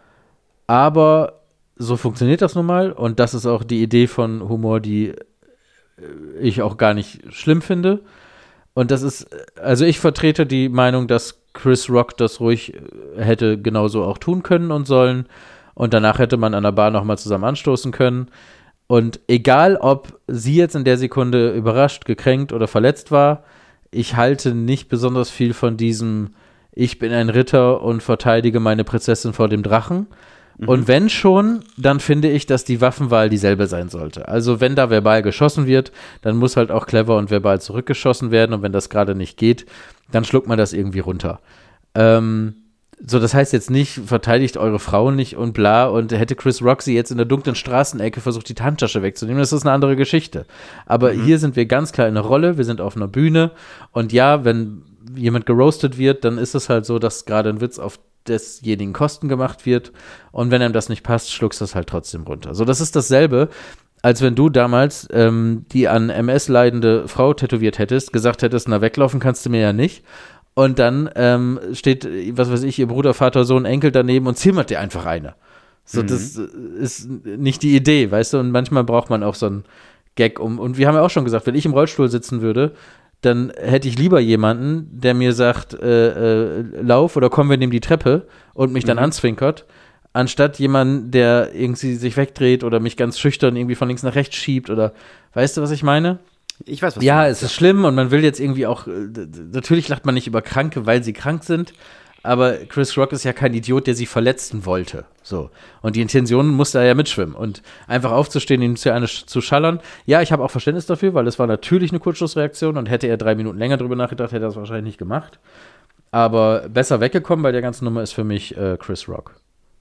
Aber so funktioniert das nun mal. Und das ist auch die Idee von Humor, die ich auch gar nicht schlimm finde. Und das ist, also ich vertrete die Meinung, dass Chris Rock das ruhig hätte genauso auch tun können und sollen. Und danach hätte man an der Bar nochmal zusammen anstoßen können. Und egal, ob sie jetzt in der Sekunde überrascht, gekränkt oder verletzt war, ich halte nicht besonders viel von diesem, ich bin ein Ritter und verteidige meine Prinzessin vor dem Drachen. Mhm. Und wenn schon, dann finde ich, dass die Waffenwahl dieselbe sein sollte. Also wenn da verbal geschossen wird, dann muss halt auch clever und verbal zurückgeschossen werden. Und wenn das gerade nicht geht, dann schluckt man das irgendwie runter. Ähm, so, das heißt jetzt nicht, verteidigt eure Frauen nicht und bla. Und hätte Chris Rock sie jetzt in der dunklen Straßenecke versucht, die Handtasche wegzunehmen, das ist eine andere Geschichte. Aber mhm. hier sind wir ganz klar in der Rolle, wir sind auf einer Bühne. Und ja, wenn jemand geroastet wird, dann ist es halt so, dass gerade ein Witz auf desjenigen Kosten gemacht wird. Und wenn einem das nicht passt, schluckst du das halt trotzdem runter. So, das ist dasselbe, als wenn du damals ähm, die an M S leidende Frau tätowiert hättest, gesagt hättest, na, weglaufen kannst du mir ja nicht. Und dann ähm, steht, was weiß ich, ihr Bruder, Vater, Sohn, Enkel daneben und zimmert dir einfach eine. So, mhm. das ist nicht die Idee, weißt du? Und manchmal braucht man auch so einen Gag um. Und wir haben ja auch schon gesagt, wenn ich im Rollstuhl sitzen würde, dann hätte ich lieber jemanden, der mir sagt, äh, äh, lauf oder komm, wir nehmen die Treppe und mich dann mhm. anzwinkert, anstatt jemanden, der irgendwie sich wegdreht oder mich ganz schüchtern irgendwie von links nach rechts schiebt oder, weißt du, was ich meine? Ich weiß, was ja, du meinst. Es ist schlimm und man will jetzt irgendwie auch, natürlich lacht man nicht über Kranke, weil sie krank sind, aber Chris Rock ist ja kein Idiot, der sie verletzen wollte. So. Und die Intention musste er ja mitschwimmen. Und einfach aufzustehen, ihm zu, eine, zu schallern. Ja, ich habe auch Verständnis dafür, weil es war natürlich eine Kurzschlussreaktion und hätte er drei Minuten länger drüber nachgedacht, hätte er das wahrscheinlich nicht gemacht. Aber besser weggekommen bei der ganzen Nummer ist für mich äh, Chris Rock.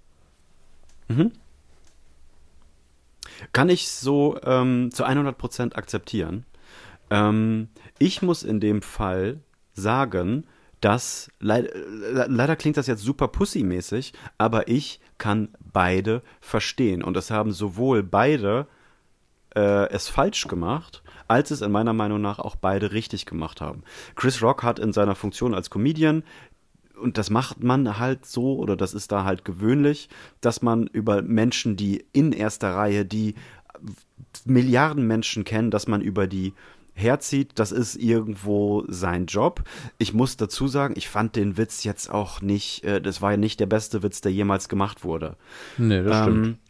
Mhm. Kann ich so ähm, zu hundert Prozent akzeptieren. Ähm, ich muss in dem Fall sagen, dass, leid, leider klingt das jetzt super Pussy-mäßig, aber ich kann beide verstehen. Und es haben sowohl beide äh, es falsch gemacht, als es in meiner Meinung nach auch beide richtig gemacht haben. Chris Rock hat in seiner Funktion als Comedian, und das macht man halt so, oder das ist da halt gewöhnlich, dass man über Menschen, die in erster Reihe, die Milliarden Menschen kennen, dass man über die herzieht, das ist irgendwo sein Job. Ich muss dazu sagen, ich fand den Witz jetzt auch nicht, äh, das war ja nicht der beste Witz, der jemals gemacht wurde. Nee, das ähm, stimmt.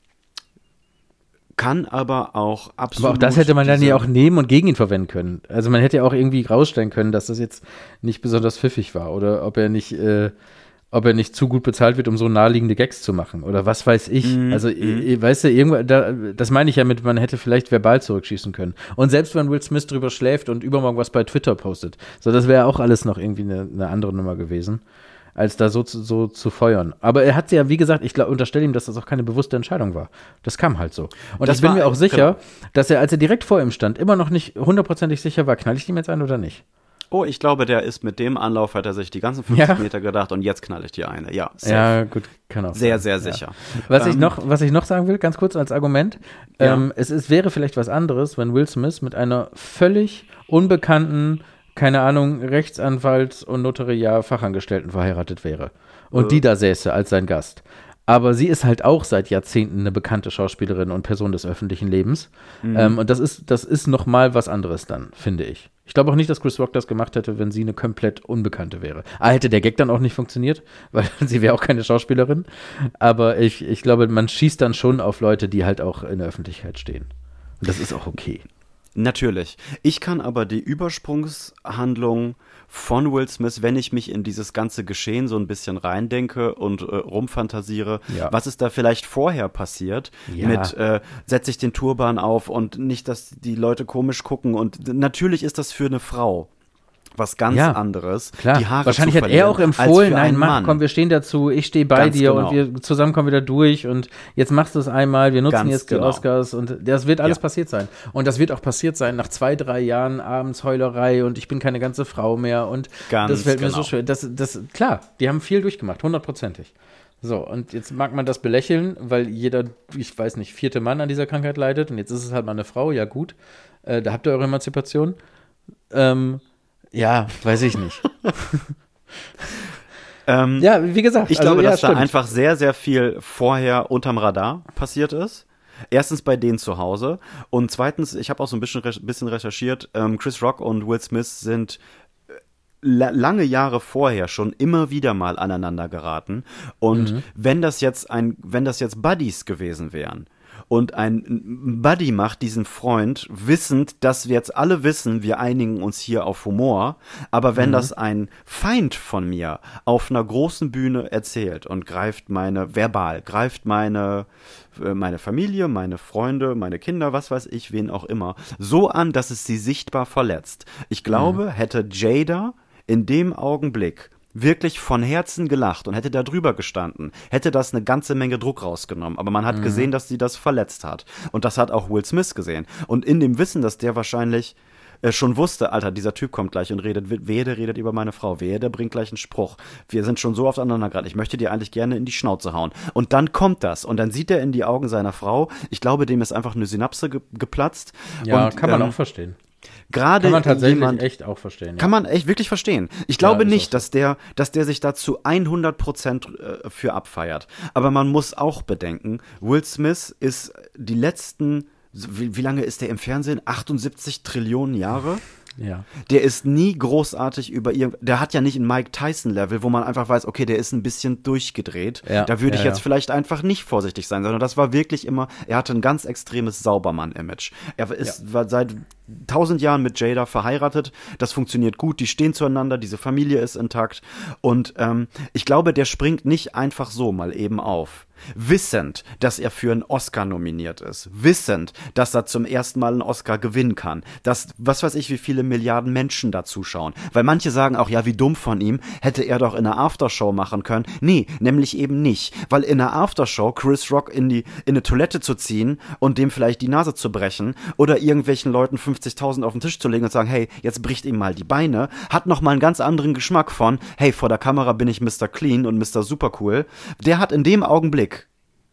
Kann aber auch absolut. Aber auch das hätte man dann diese- ja auch nehmen und gegen ihn verwenden können. Also man hätte ja auch irgendwie rausstellen können, dass das jetzt nicht besonders pfiffig war oder ob er nicht, äh, ob er nicht zu gut bezahlt wird, um so naheliegende Gags zu machen oder was weiß ich. Mhm, Also, mhm. äh, weißt du, irgendwann, da, das meine ich ja mit, man hätte vielleicht verbal zurückschießen können. Und selbst wenn Will Smith drüber schläft und übermorgen was bei Twitter postet, so das wäre auch alles noch irgendwie eine, eine andere Nummer gewesen, als da so, zu- so zu feuern. Aber er hat ja, wie gesagt, ich glaub, unterstelle ihm, dass das auch keine bewusste Entscheidung war. Das kam halt so. Und Das ich bin war- mir auch sicher, genau. dass er, als er direkt vor ihm stand, immer noch nicht hundertprozentig sicher war, knall ich ihm jetzt ein oder nicht. Oh, ich glaube, der ist mit dem Anlauf, hat er sich die ganzen fünfzig Ja. Meter gedacht und jetzt knall ich dir eine. Ja, safe. Ja, gut, kann auch Sehr, sein. sehr Ja. sicher. Was, ich Ähm, noch, was ich noch sagen will, ganz kurz als Argument, Ja. ähm, es ist, wäre vielleicht was anderes, wenn Will Smith mit einer völlig unbekannten, keine Ahnung, Rechtsanwalts- und Notariat-Fachangestellten verheiratet wäre und Äh. die da säße als sein Gast. Aber sie ist halt auch seit Jahrzehnten eine bekannte Schauspielerin und Person des öffentlichen Lebens. Mhm. Ähm, und das ist, das ist noch mal was anderes dann, finde ich. Ich glaube auch nicht, dass Chris Rock das gemacht hätte, wenn sie eine komplett Unbekannte wäre. A, hätte der Gag dann auch nicht funktioniert, weil sie wäre auch keine Schauspielerin. Aber ich, ich glaube, man schießt dann schon auf Leute, die halt auch in der Öffentlichkeit stehen. Und das ist auch okay. Natürlich. Ich kann aber die Übersprungshandlung von Will Smith, wenn ich mich in dieses ganze Geschehen so ein bisschen reindenke und äh, rumfantasiere, Ja. was ist da vielleicht vorher passiert Ja. mit äh, setze ich den Turban auf und nicht, dass die Leute komisch gucken und natürlich ist das für eine Frau was ganz Ja, anderes, Klar, die Haare wahrscheinlich zu hat er auch verlieren, als empfohlen, für nein, einen mach, Mann. komm, wir stehen dazu, ich stehe bei Ganz dir genau. und wir zusammen kommen wieder durch und jetzt machst du es einmal, wir nutzen Ganz jetzt die genau. Oscars und das wird alles Ja. passiert sein. Und das wird auch passiert sein nach zwei, drei Jahren Abendsheulerei und ich bin keine ganze Frau mehr und Ganz das fällt mir so genau. schwer. Das, das, klar, die haben viel durchgemacht, hundertprozentig. So, und jetzt mag man das belächeln, weil jeder, ich weiß nicht, vierte Mann an dieser Krankheit leidet und jetzt ist es halt mal eine Frau, ja gut, äh, da habt ihr eure Emanzipation. Ähm, ja, weiß ich nicht. Ähm, Ja, wie gesagt, Ich also, glaube, ja, dass da stimmt. einfach sehr, sehr viel vorher unterm Radar passiert ist. Erstens bei denen zu Hause und zweitens, ich habe auch so ein bisschen, re- bisschen recherchiert, ähm, Chris Rock und Will Smith sind äh, la- lange Jahre vorher schon immer wieder mal aneinander geraten und Mhm. wenn das jetzt ein, wenn das jetzt Buddies gewesen wären und ein Buddy macht diesen Freund, wissend, dass wir jetzt alle wissen, wir einigen uns hier auf Humor, aber wenn das ein Feind von mir auf einer großen Bühne erzählt und greift meine, verbal, greift meine, äh, meine Familie, meine Freunde, meine Kinder, was weiß ich, wen auch immer, so an, dass es sie sichtbar verletzt. Ich glaube, hätte Jada in dem Augenblick wirklich von Herzen gelacht und hätte da drüber gestanden, hätte das eine ganze Menge Druck rausgenommen. Aber man hat gesehen, dass sie das verletzt hat. Und das hat auch Will Smith gesehen. Und in dem Wissen, dass der wahrscheinlich äh, schon wusste, Alter, dieser Typ kommt gleich und redet, wehe, der redet über meine Frau, wehe, der bringt gleich einen Spruch. Wir sind schon so oft aneinander gerade, ich möchte dir eigentlich gerne in die Schnauze hauen. Und dann kommt das. Und dann sieht er in die Augen seiner Frau, ich glaube, dem ist einfach eine Synapse ge geplatzt. Ja, und, kann man ähm, auch verstehen. Gerade Kann man tatsächlich jemand, echt auch verstehen. Ja. kann man echt wirklich verstehen. Ich glaube ist auch nicht, so. dass der, dass der sich dazu hundert Prozent äh, für abfeiert. Aber man muss auch bedenken, Will Smith ist die letzten, wie, wie lange ist der im Fernsehen? achtundsiebzig Trillionen Jahre? Ja. Der ist nie großartig über irgend, der hat ja nicht ein Mike Tyson-Level, wo man einfach weiß, okay, der ist ein bisschen durchgedreht. Ja, da würde ja, ich jetzt ja. vielleicht einfach nicht vorsichtig sein, sondern das war wirklich immer, er hatte ein ganz extremes Saubermann-Image. Er ist war seit tausend Jahren mit Jada verheiratet, das funktioniert gut, die stehen zueinander, diese Familie ist intakt und ähm, ich glaube, der springt nicht einfach so mal eben auf. Wissend, dass er für einen Oscar nominiert ist, wissend, dass er zum ersten Mal einen Oscar gewinnen kann, dass, was weiß ich, wie viele Milliarden Menschen da zuschauen, weil manche sagen auch, ja, wie dumm von ihm, hätte er doch in einer Aftershow machen können. Nee, nämlich eben nicht, weil in einer Aftershow Chris Rock in die, in eine Toilette zu ziehen und dem vielleicht die Nase zu brechen oder irgendwelchen Leuten fünfzigtausend auf den Tisch zu legen und sagen, hey, jetzt bricht ihm mal die Beine, hat nochmal einen ganz anderen Geschmack von, hey, vor der Kamera bin ich Mister Clean und Mister Supercool. Der hat in dem Augenblick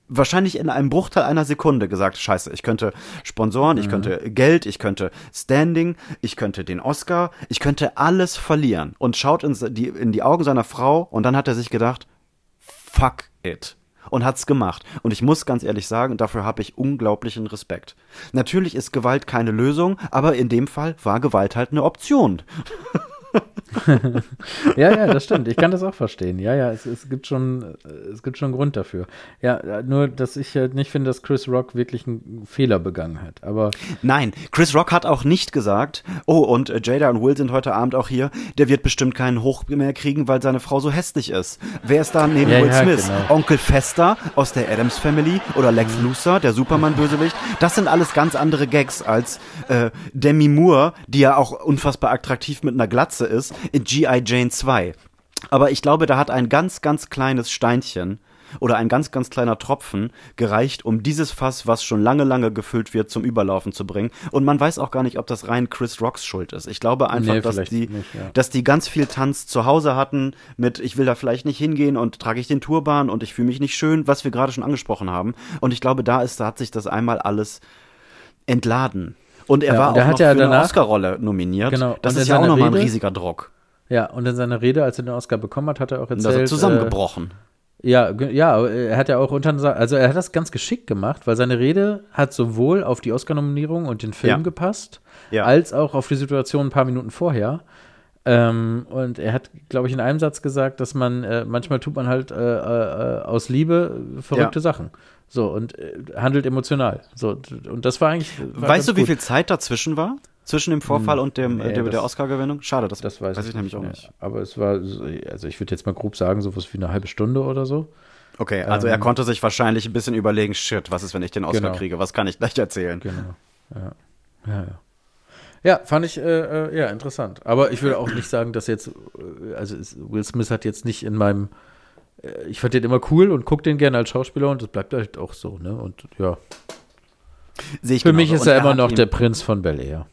wahrscheinlich in einem Bruchteil einer Sekunde gesagt, scheiße, ich könnte Sponsoren, ich könnte Geld, ich könnte Standing, ich könnte den Oscar, ich könnte alles verlieren. Und schaut in die, in die Augen seiner Frau und dann hat er sich gedacht, fuck it. Und hat's gemacht. Und ich muss ganz ehrlich sagen, dafür habe ich unglaublichen Respekt. Natürlich ist Gewalt keine Lösung, aber in dem Fall war Gewalt halt eine Option. Ja, ja, das stimmt. Ich kann das auch verstehen. Ja, ja, es, es gibt schon, es gibt schon einen Grund dafür. Ja, nur, dass ich halt nicht finde, dass Chris Rock wirklich einen Fehler begangen hat. Aber Nein, Chris Rock hat auch nicht gesagt, oh, und äh, Jada und Will sind heute Abend auch hier, der wird bestimmt keinen Hoch mehr kriegen, weil seine Frau so hässlich ist. Wer ist da neben Ja, Will ja, Smith? genau. Onkel Fester aus der Addams Family oder Lex Luthor, der Superman-Bösewicht? Das sind alles ganz andere Gags als äh, Demi Moore, die ja auch unfassbar attraktiv mit einer Glatze ist, in G I. Jane zwei. Aber ich glaube, da hat ein ganz, ganz kleines Steinchen oder ein ganz, ganz kleiner Tropfen gereicht, um dieses Fass, was schon lange, lange gefüllt wird, zum Überlaufen zu bringen. Und man weiß auch gar nicht, ob das rein Chris Rocks Schuld ist. Ich glaube einfach, Nee, dass vielleicht die, nicht, ja. dass die ganz viel Tanz zu Hause hatten mit, ich will da vielleicht nicht hingehen und trage ich den Turban und ich fühle mich nicht schön, was wir gerade schon angesprochen haben. Und ich glaube, da ist, da hat sich das einmal alles entladen. Und er Ja, war und er auch hat noch ja für eine danach- Oscar-Rolle nominiert. Genau. Das Und ist in ja auch seiner nochmal ein Rede- riesiger Druck. ja, und in seiner Rede, als er den Oscar bekommen hat, hat er auch Und da ist er erzählt. zusammengebrochen. Äh, ja, ge- ja, er hat ja auch unter, also er hat das ganz geschickt gemacht, weil seine Rede hat sowohl auf die Oscar-Nominierung und den Film Ja. gepasst, Ja. als auch auf die Situation ein paar Minuten vorher. Ähm, und er hat, glaube ich, in einem Satz gesagt, dass man, äh, manchmal tut man halt äh, äh, aus Liebe verrückte Ja. Sachen. So, und äh, handelt emotional. So, und das war eigentlich. War Weißt ganz du, wie gut. viel Zeit dazwischen war? Zwischen dem Vorfall und dem, nee, der, der das- Oscar-Gewinnung? Schade, das, Das weiß, ich nämlich auch mehr. nicht. Aber es war, so- also ich würde jetzt mal grob sagen, sowas wie eine halbe Stunde oder so. Okay, also er Ähm, konnte sich wahrscheinlich ein bisschen überlegen, shit, was ist, wenn ich den Oscar Genau. kriege? Was kann ich gleich erzählen? Genau. Ja, ja, ja. Ja, fand ich äh, äh, ja interessant. Aber ich würde auch nicht sagen, dass jetzt, äh, also es, Will Smith hat jetzt nicht in meinem, äh, ich fand den immer cool und gucke den gerne als Schauspieler und das bleibt halt auch so, ne? Und ja, Sehe ich für mich genauso. ist Und er immer hat noch ihn, der Prinz von Bel-Air.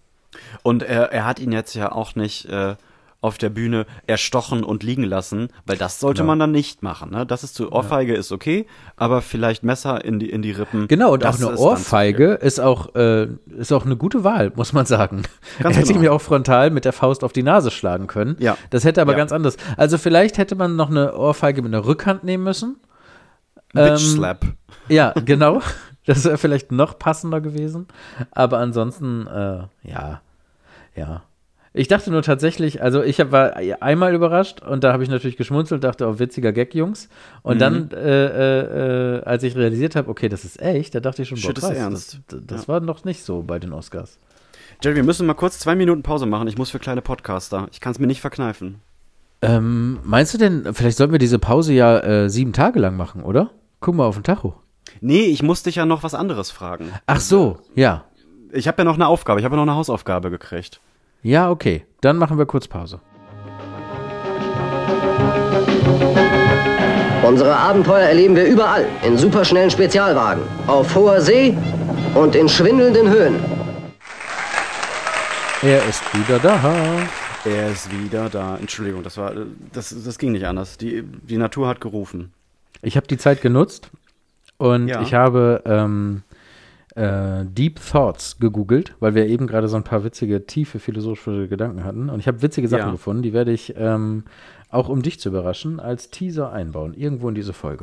Und er, er hat ihn jetzt ja auch nicht äh, auf der Bühne erstochen und liegen lassen, weil das sollte Genau. man dann nicht machen. Ne? Das ist zu Ohrfeige ist okay, aber vielleicht Messer in die, in die Rippen. Genau, und das auch eine ist dann zu Ohrfeige ist auch, äh, ist auch eine gute Wahl, muss man sagen. Ganz er hätte genau. ihm ja auch frontal mit der Faust auf die Nase schlagen können. Ja. Das hätte aber Ja. ganz anders. Also vielleicht hätte man noch eine Ohrfeige mit einer Rückhand nehmen müssen. viel. Bitch Ähm, Slap. Ja, genau. Das wäre vielleicht noch passender gewesen. Aber ansonsten, äh, ja, ja. Ich dachte nur tatsächlich, also ich hab, war einmal überrascht und da habe ich natürlich geschmunzelt, dachte, oh, witziger Gag, Jungs. Und Mhm. dann, äh, äh, als ich realisiert habe, okay, das ist echt, da dachte ich schon, boah, Shit, ist krass, ernst. das, das Ja. war noch nicht so bei den Oscars. Jerry, wir müssen mal kurz zwei Minuten Pause machen. Ich muss für kleine Podcaster. Ich kann es mir nicht verkneifen. Ähm, meinst du denn, vielleicht sollten wir diese Pause ja äh, sieben Tage lang machen, oder? Guck mal auf den Tacho. Nee, ich muss dich ja noch was anderes fragen. Ach so, ja. Ich habe ja noch eine Aufgabe. Ich habe ja noch eine Hausaufgabe gekriegt. Ja, okay. Dann machen wir kurz Pause. Unsere Abenteuer erleben wir überall, in superschnellen Spezialwagen, auf hoher See und in schwindelnden Höhen. Er ist wieder da. Er ist wieder da. Entschuldigung, das war, das, das ging nicht anders. Die, die Natur hat gerufen. Ich habe die Zeit genutzt und Ja. ich habe ähm, äh, Deep Thoughts gegoogelt, weil wir eben gerade so ein paar witzige, tiefe philosophische Gedanken hatten. Und ich habe witzige Sachen Ja. gefunden, die werde ich, ähm, auch um dich zu überraschen, als Teaser einbauen, irgendwo in diese Folge.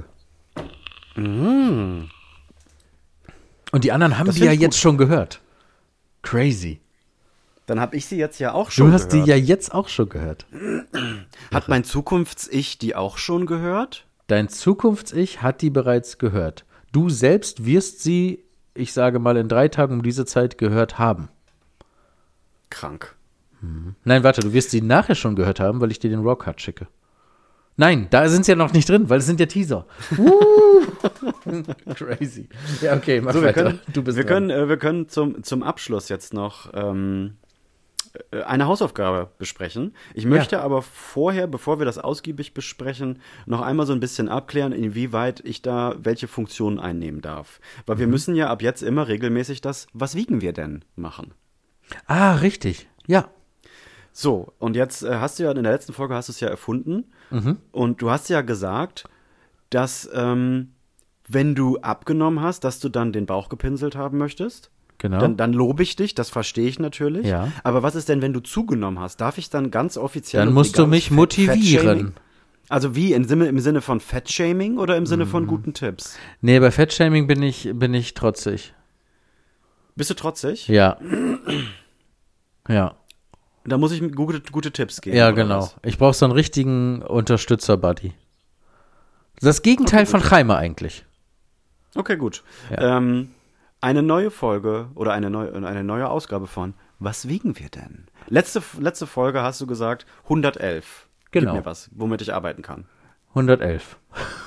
Und die anderen haben Das die ja find ich jetzt schon gehört. Crazy. Dann habe ich sie jetzt ja auch schon Du hast gehört. die ja jetzt auch schon gehört. Hat mein Zukunfts-Ich die auch schon gehört? Dein Zukunfts-Ich hat die bereits gehört. Du selbst wirst sie, ich sage mal, in drei Tagen um diese Zeit gehört haben. Krank. Nein, warte, du wirst sie nachher schon gehört haben, weil ich dir den Raw-Cut schicke. Nein, da sind sie ja noch nicht drin, weil es sind ja Teaser. Uh. Crazy. Ja, okay, mach So, wir weiter. können, du bist wir dran. können, äh, wir können zum, zum Abschluss jetzt noch ähm, äh, eine Hausaufgabe besprechen. Ich möchte aber vorher, bevor wir das ausgiebig besprechen, noch einmal so ein bisschen abklären, inwieweit ich da welche Funktionen einnehmen darf. Weil wir müssen ja ab jetzt immer regelmäßig das "Was wiegen wir denn?" machen. Ah, richtig. Ja. So, und jetzt äh, hast du ja, in der letzten Folge hast du es ja erfunden. Und du hast ja gesagt, dass ähm, wenn du abgenommen hast, dass du dann den Bauch gepinselt haben möchtest. Genau. Dann, dann lobe ich dich, das verstehe ich natürlich. Ja. Aber was ist denn, wenn du zugenommen hast? Darf ich dann ganz offiziell... Dann und musst du legal mich Fett- motivieren. Fettshaming? Also wie, im Sinne, im Sinne von Fettshaming oder im Sinne von guten Tipps? Nee, bei Fettshaming bin ich, bin ich trotzig. Bist du trotzig? Ja. Ja. Da muss ich mir gute, gute Tipps geben. Ja, oder genau. was? Ich brauche so einen richtigen Unterstützer-Buddy. Das Gegenteil Okay, von gut. Chaimer eigentlich. Okay, gut. Ja. Ähm, eine neue Folge oder eine neue, eine neue Ausgabe von Was wiegen wir denn? Letzte, letzte Folge hast du gesagt hundertelf. Genau. Gib mir was, womit ich arbeiten kann. hundertelf.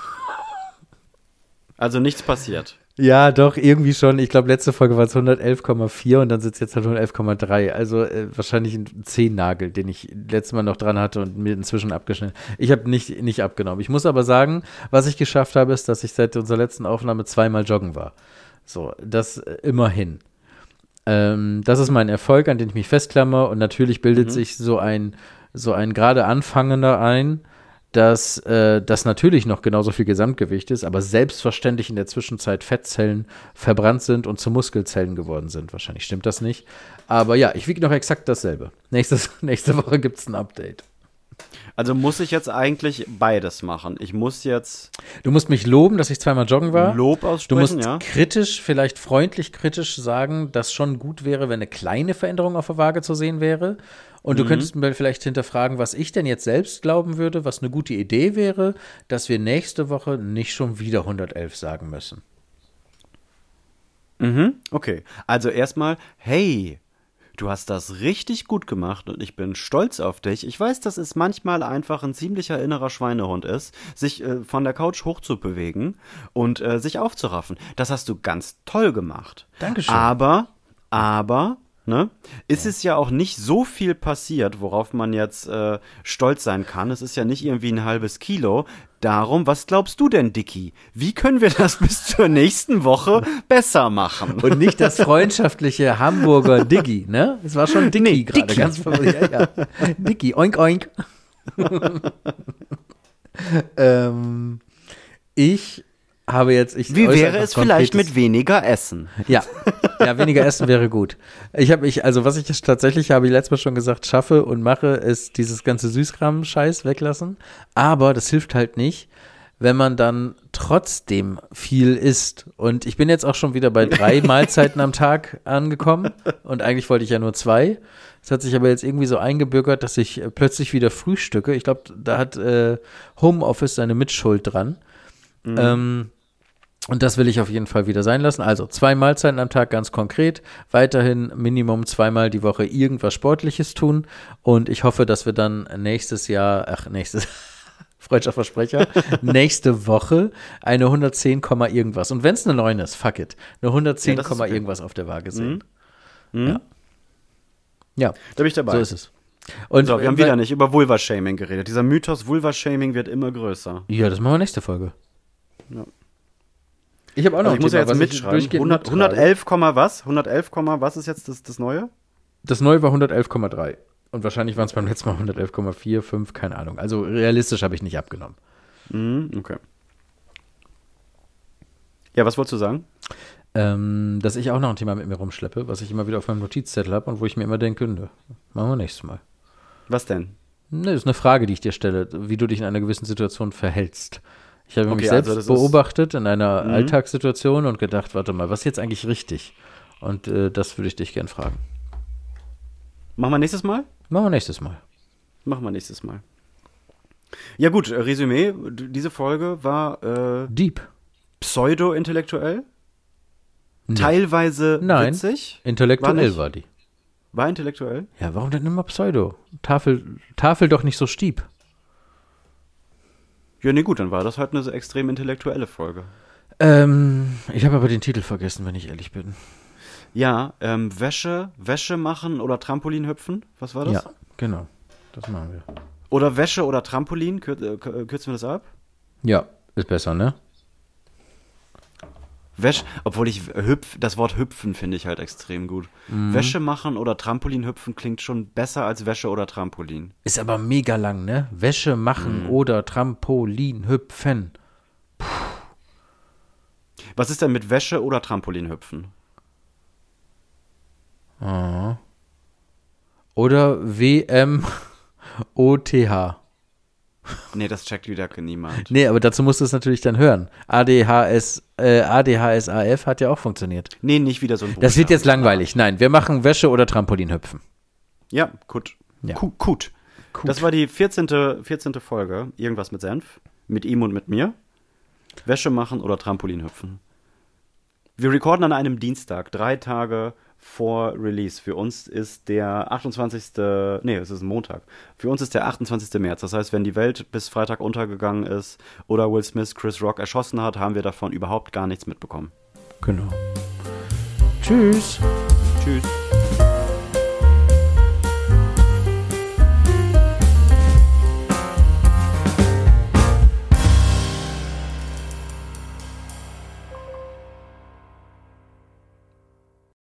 Also nichts passiert. Ja, doch, irgendwie schon. Ich glaube, letzte Folge war es hundertelf Komma vier und dann sitzt jetzt halt hundertelf Komma drei. Also äh, wahrscheinlich ein Zehennagel, den ich letztes Mal noch dran hatte und mir inzwischen abgeschnitten. Ich habe nicht, nicht abgenommen. Ich muss aber sagen, was ich geschafft habe, ist, dass ich seit unserer letzten Aufnahme zweimal joggen war. So, das äh, immerhin. Ähm, das ist mein Erfolg, an den ich mich festklammer und natürlich bildet Mhm. sich so ein, so ein gerade Anfangender ein, dass äh, das natürlich noch genauso viel Gesamtgewicht ist, aber selbstverständlich in der Zwischenzeit Fettzellen verbrannt sind und zu Muskelzellen geworden sind. Wahrscheinlich stimmt das nicht. Aber ja, ich wiege noch exakt dasselbe. Nächstes, nächste Woche gibt es ein Update. Also muss ich jetzt eigentlich beides machen. Ich muss jetzt Du musst mich loben, dass ich zweimal joggen war. Lob Du aussprechen, musst ja. kritisch, vielleicht freundlich kritisch sagen, dass schon gut wäre, wenn eine kleine Veränderung auf der Waage zu sehen wäre. Und du Mhm. könntest mir vielleicht hinterfragen, was ich denn jetzt selbst glauben würde, was eine gute Idee wäre, dass wir nächste Woche nicht schon wieder hundertelf sagen müssen. Mhm, okay. Also erstmal, hey, du hast das richtig gut gemacht und ich bin stolz auf dich. Ich weiß, dass es manchmal einfach ein ziemlicher innerer Schweinehund ist, sich äh, von der Couch hochzubewegen und äh, sich aufzuraffen. Das hast du ganz toll gemacht. Dankeschön. Aber, aber, ne, ist es ja auch nicht so viel passiert, worauf man jetzt äh, stolz sein kann. Es ist ja nicht irgendwie ein halbes Kilo. Darum, was glaubst du denn, Dicky? Wie können wir das bis zur nächsten Woche besser machen? Und nicht das freundschaftliche Hamburger Diggi, ne? Es war schon Dicky Nee, gerade, Dicky. ganz verwirrt. Ja, ja. Dicky, oink, oink. ähm, ich habe jetzt. Ich Wie äußere wäre einfach es vielleicht konkretes- mit weniger Essen? Ja, ja, weniger essen wäre gut. Ich habe ich, also was ich jetzt tatsächlich, habe ich letztes Mal schon gesagt, schaffe und mache, ist dieses ganze Süßkram-Scheiß weglassen. Aber das hilft halt nicht, wenn man dann trotzdem viel isst. Und ich bin jetzt auch schon wieder bei drei Mahlzeiten am Tag angekommen. Und eigentlich wollte ich ja nur zwei. Es hat sich aber jetzt irgendwie so eingebürgert, dass ich äh, plötzlich wieder frühstücke. Ich glaube, da hat äh, Homeoffice seine Mitschuld dran. Ähm, Und das will ich auf jeden Fall wieder sein lassen. Also zwei Mahlzeiten am Tag ganz konkret. Weiterhin Minimum zweimal die Woche irgendwas Sportliches tun. Und ich hoffe, dass wir dann nächstes Jahr, ach, nächstes, freudscher Versprecher, nächste Woche eine hundertzehn, irgendwas. Und wenn es eine neun ist, fuck it. Eine hundertzehn, Ja, das ist okay. irgendwas auf der Waage sehen. Mhm. Ja. Ja, Da bin ich dabei. so ist es. Und So, wir haben weil- wieder nicht über Vulva-Shaming geredet. Dieser Mythos Vulva-Shaming wird immer größer. Ja, das machen wir nächste Folge. Ja. Ich habe auch noch Also ich ein muss ja Thema, jetzt was ich mitschreiben. durchgehend hundert, mittrage. hundertelf, was? hundertelf, was ist jetzt das, das Neue? Das neue war hundertelf Komma drei. Und wahrscheinlich waren es beim letzten Mal hundertelf Komma vier, fünf, keine Ahnung. Also realistisch habe ich nicht abgenommen. Mhm, okay. Ja, was wolltest du sagen? Ähm, dass ich auch noch ein Thema mit mir rumschleppe, was ich immer wieder auf meinem Notizzettel habe und wo ich mir immer denke, nö, machen wir nächstes Mal. Was denn? Ne, das ist eine Frage, die ich dir stelle, wie du dich in einer gewissen Situation verhältst. Ich habe Okay, mich also selbst das ist- beobachtet in einer Mhm. Alltagssituation und gedacht, warte mal, was ist jetzt eigentlich richtig? Und äh, das würde ich dich gern fragen. Machen wir nächstes Mal? Machen wir nächstes Mal. Machen wir nächstes Mal. Ja gut, äh, Resümee. D- Diese Folge war äh, Deep. pseudo-intellektuell, Nee. teilweise Nein. witzig. Intellektuell War nicht? war die. War intellektuell? Ja, warum denn immer Pseudo? Tafel, Tafel doch nicht so stieb. Ja, nee, gut, dann war das halt eine so extrem intellektuelle Folge. Ähm, ich habe aber den Titel vergessen, wenn ich ehrlich bin. Ja, ähm, Wäsche, Wäsche machen oder Trampolin hüpfen? Was war das? Ja, genau. Das machen wir. Oder Wäsche oder Trampolin? Kür äh, kür- kürzen wir das ab? Ja, ist besser, ne? Wäsche, obwohl ich hüpf, das Wort hüpfen finde ich halt extrem gut. Mhm. Wäsche machen oder Trampolin hüpfen klingt schon besser als Wäsche oder Trampolin. Ist aber mega lang, ne? Wäsche machen Mhm. oder Trampolin hüpfen. Was ist denn mit Wäsche oder Trampolinhüpfen? Ah. Oder W M O T H. Nee, das checkt wieder niemand. Nee, aber dazu musst du es natürlich dann hören. A D H S, äh, A D H S A F hat ja auch funktioniert. Nee, nicht wieder so ein Das wird jetzt Buchstaben. langweilig. Nein, wir machen Wäsche oder Trampolinhüpfen. Ja, gut. Ja. Ku- Kut. Das war die vierzehnte. vierzehnte Folge. Irgendwas mit Senf. Mit ihm und mit mir. Wäsche machen oder Trampolinhüpfen. Wir recorden an einem Dienstag, drei Tage vor Release. Für uns ist der achtundzwanzigste. Nee, es ist ein Montag. Für uns ist der achtundzwanzigste März. Das heißt, wenn die Welt bis Freitag untergegangen ist oder Will Smith Chris Rock erschossen hat, haben wir davon überhaupt gar nichts mitbekommen. Genau. Tschüss. Tschüss.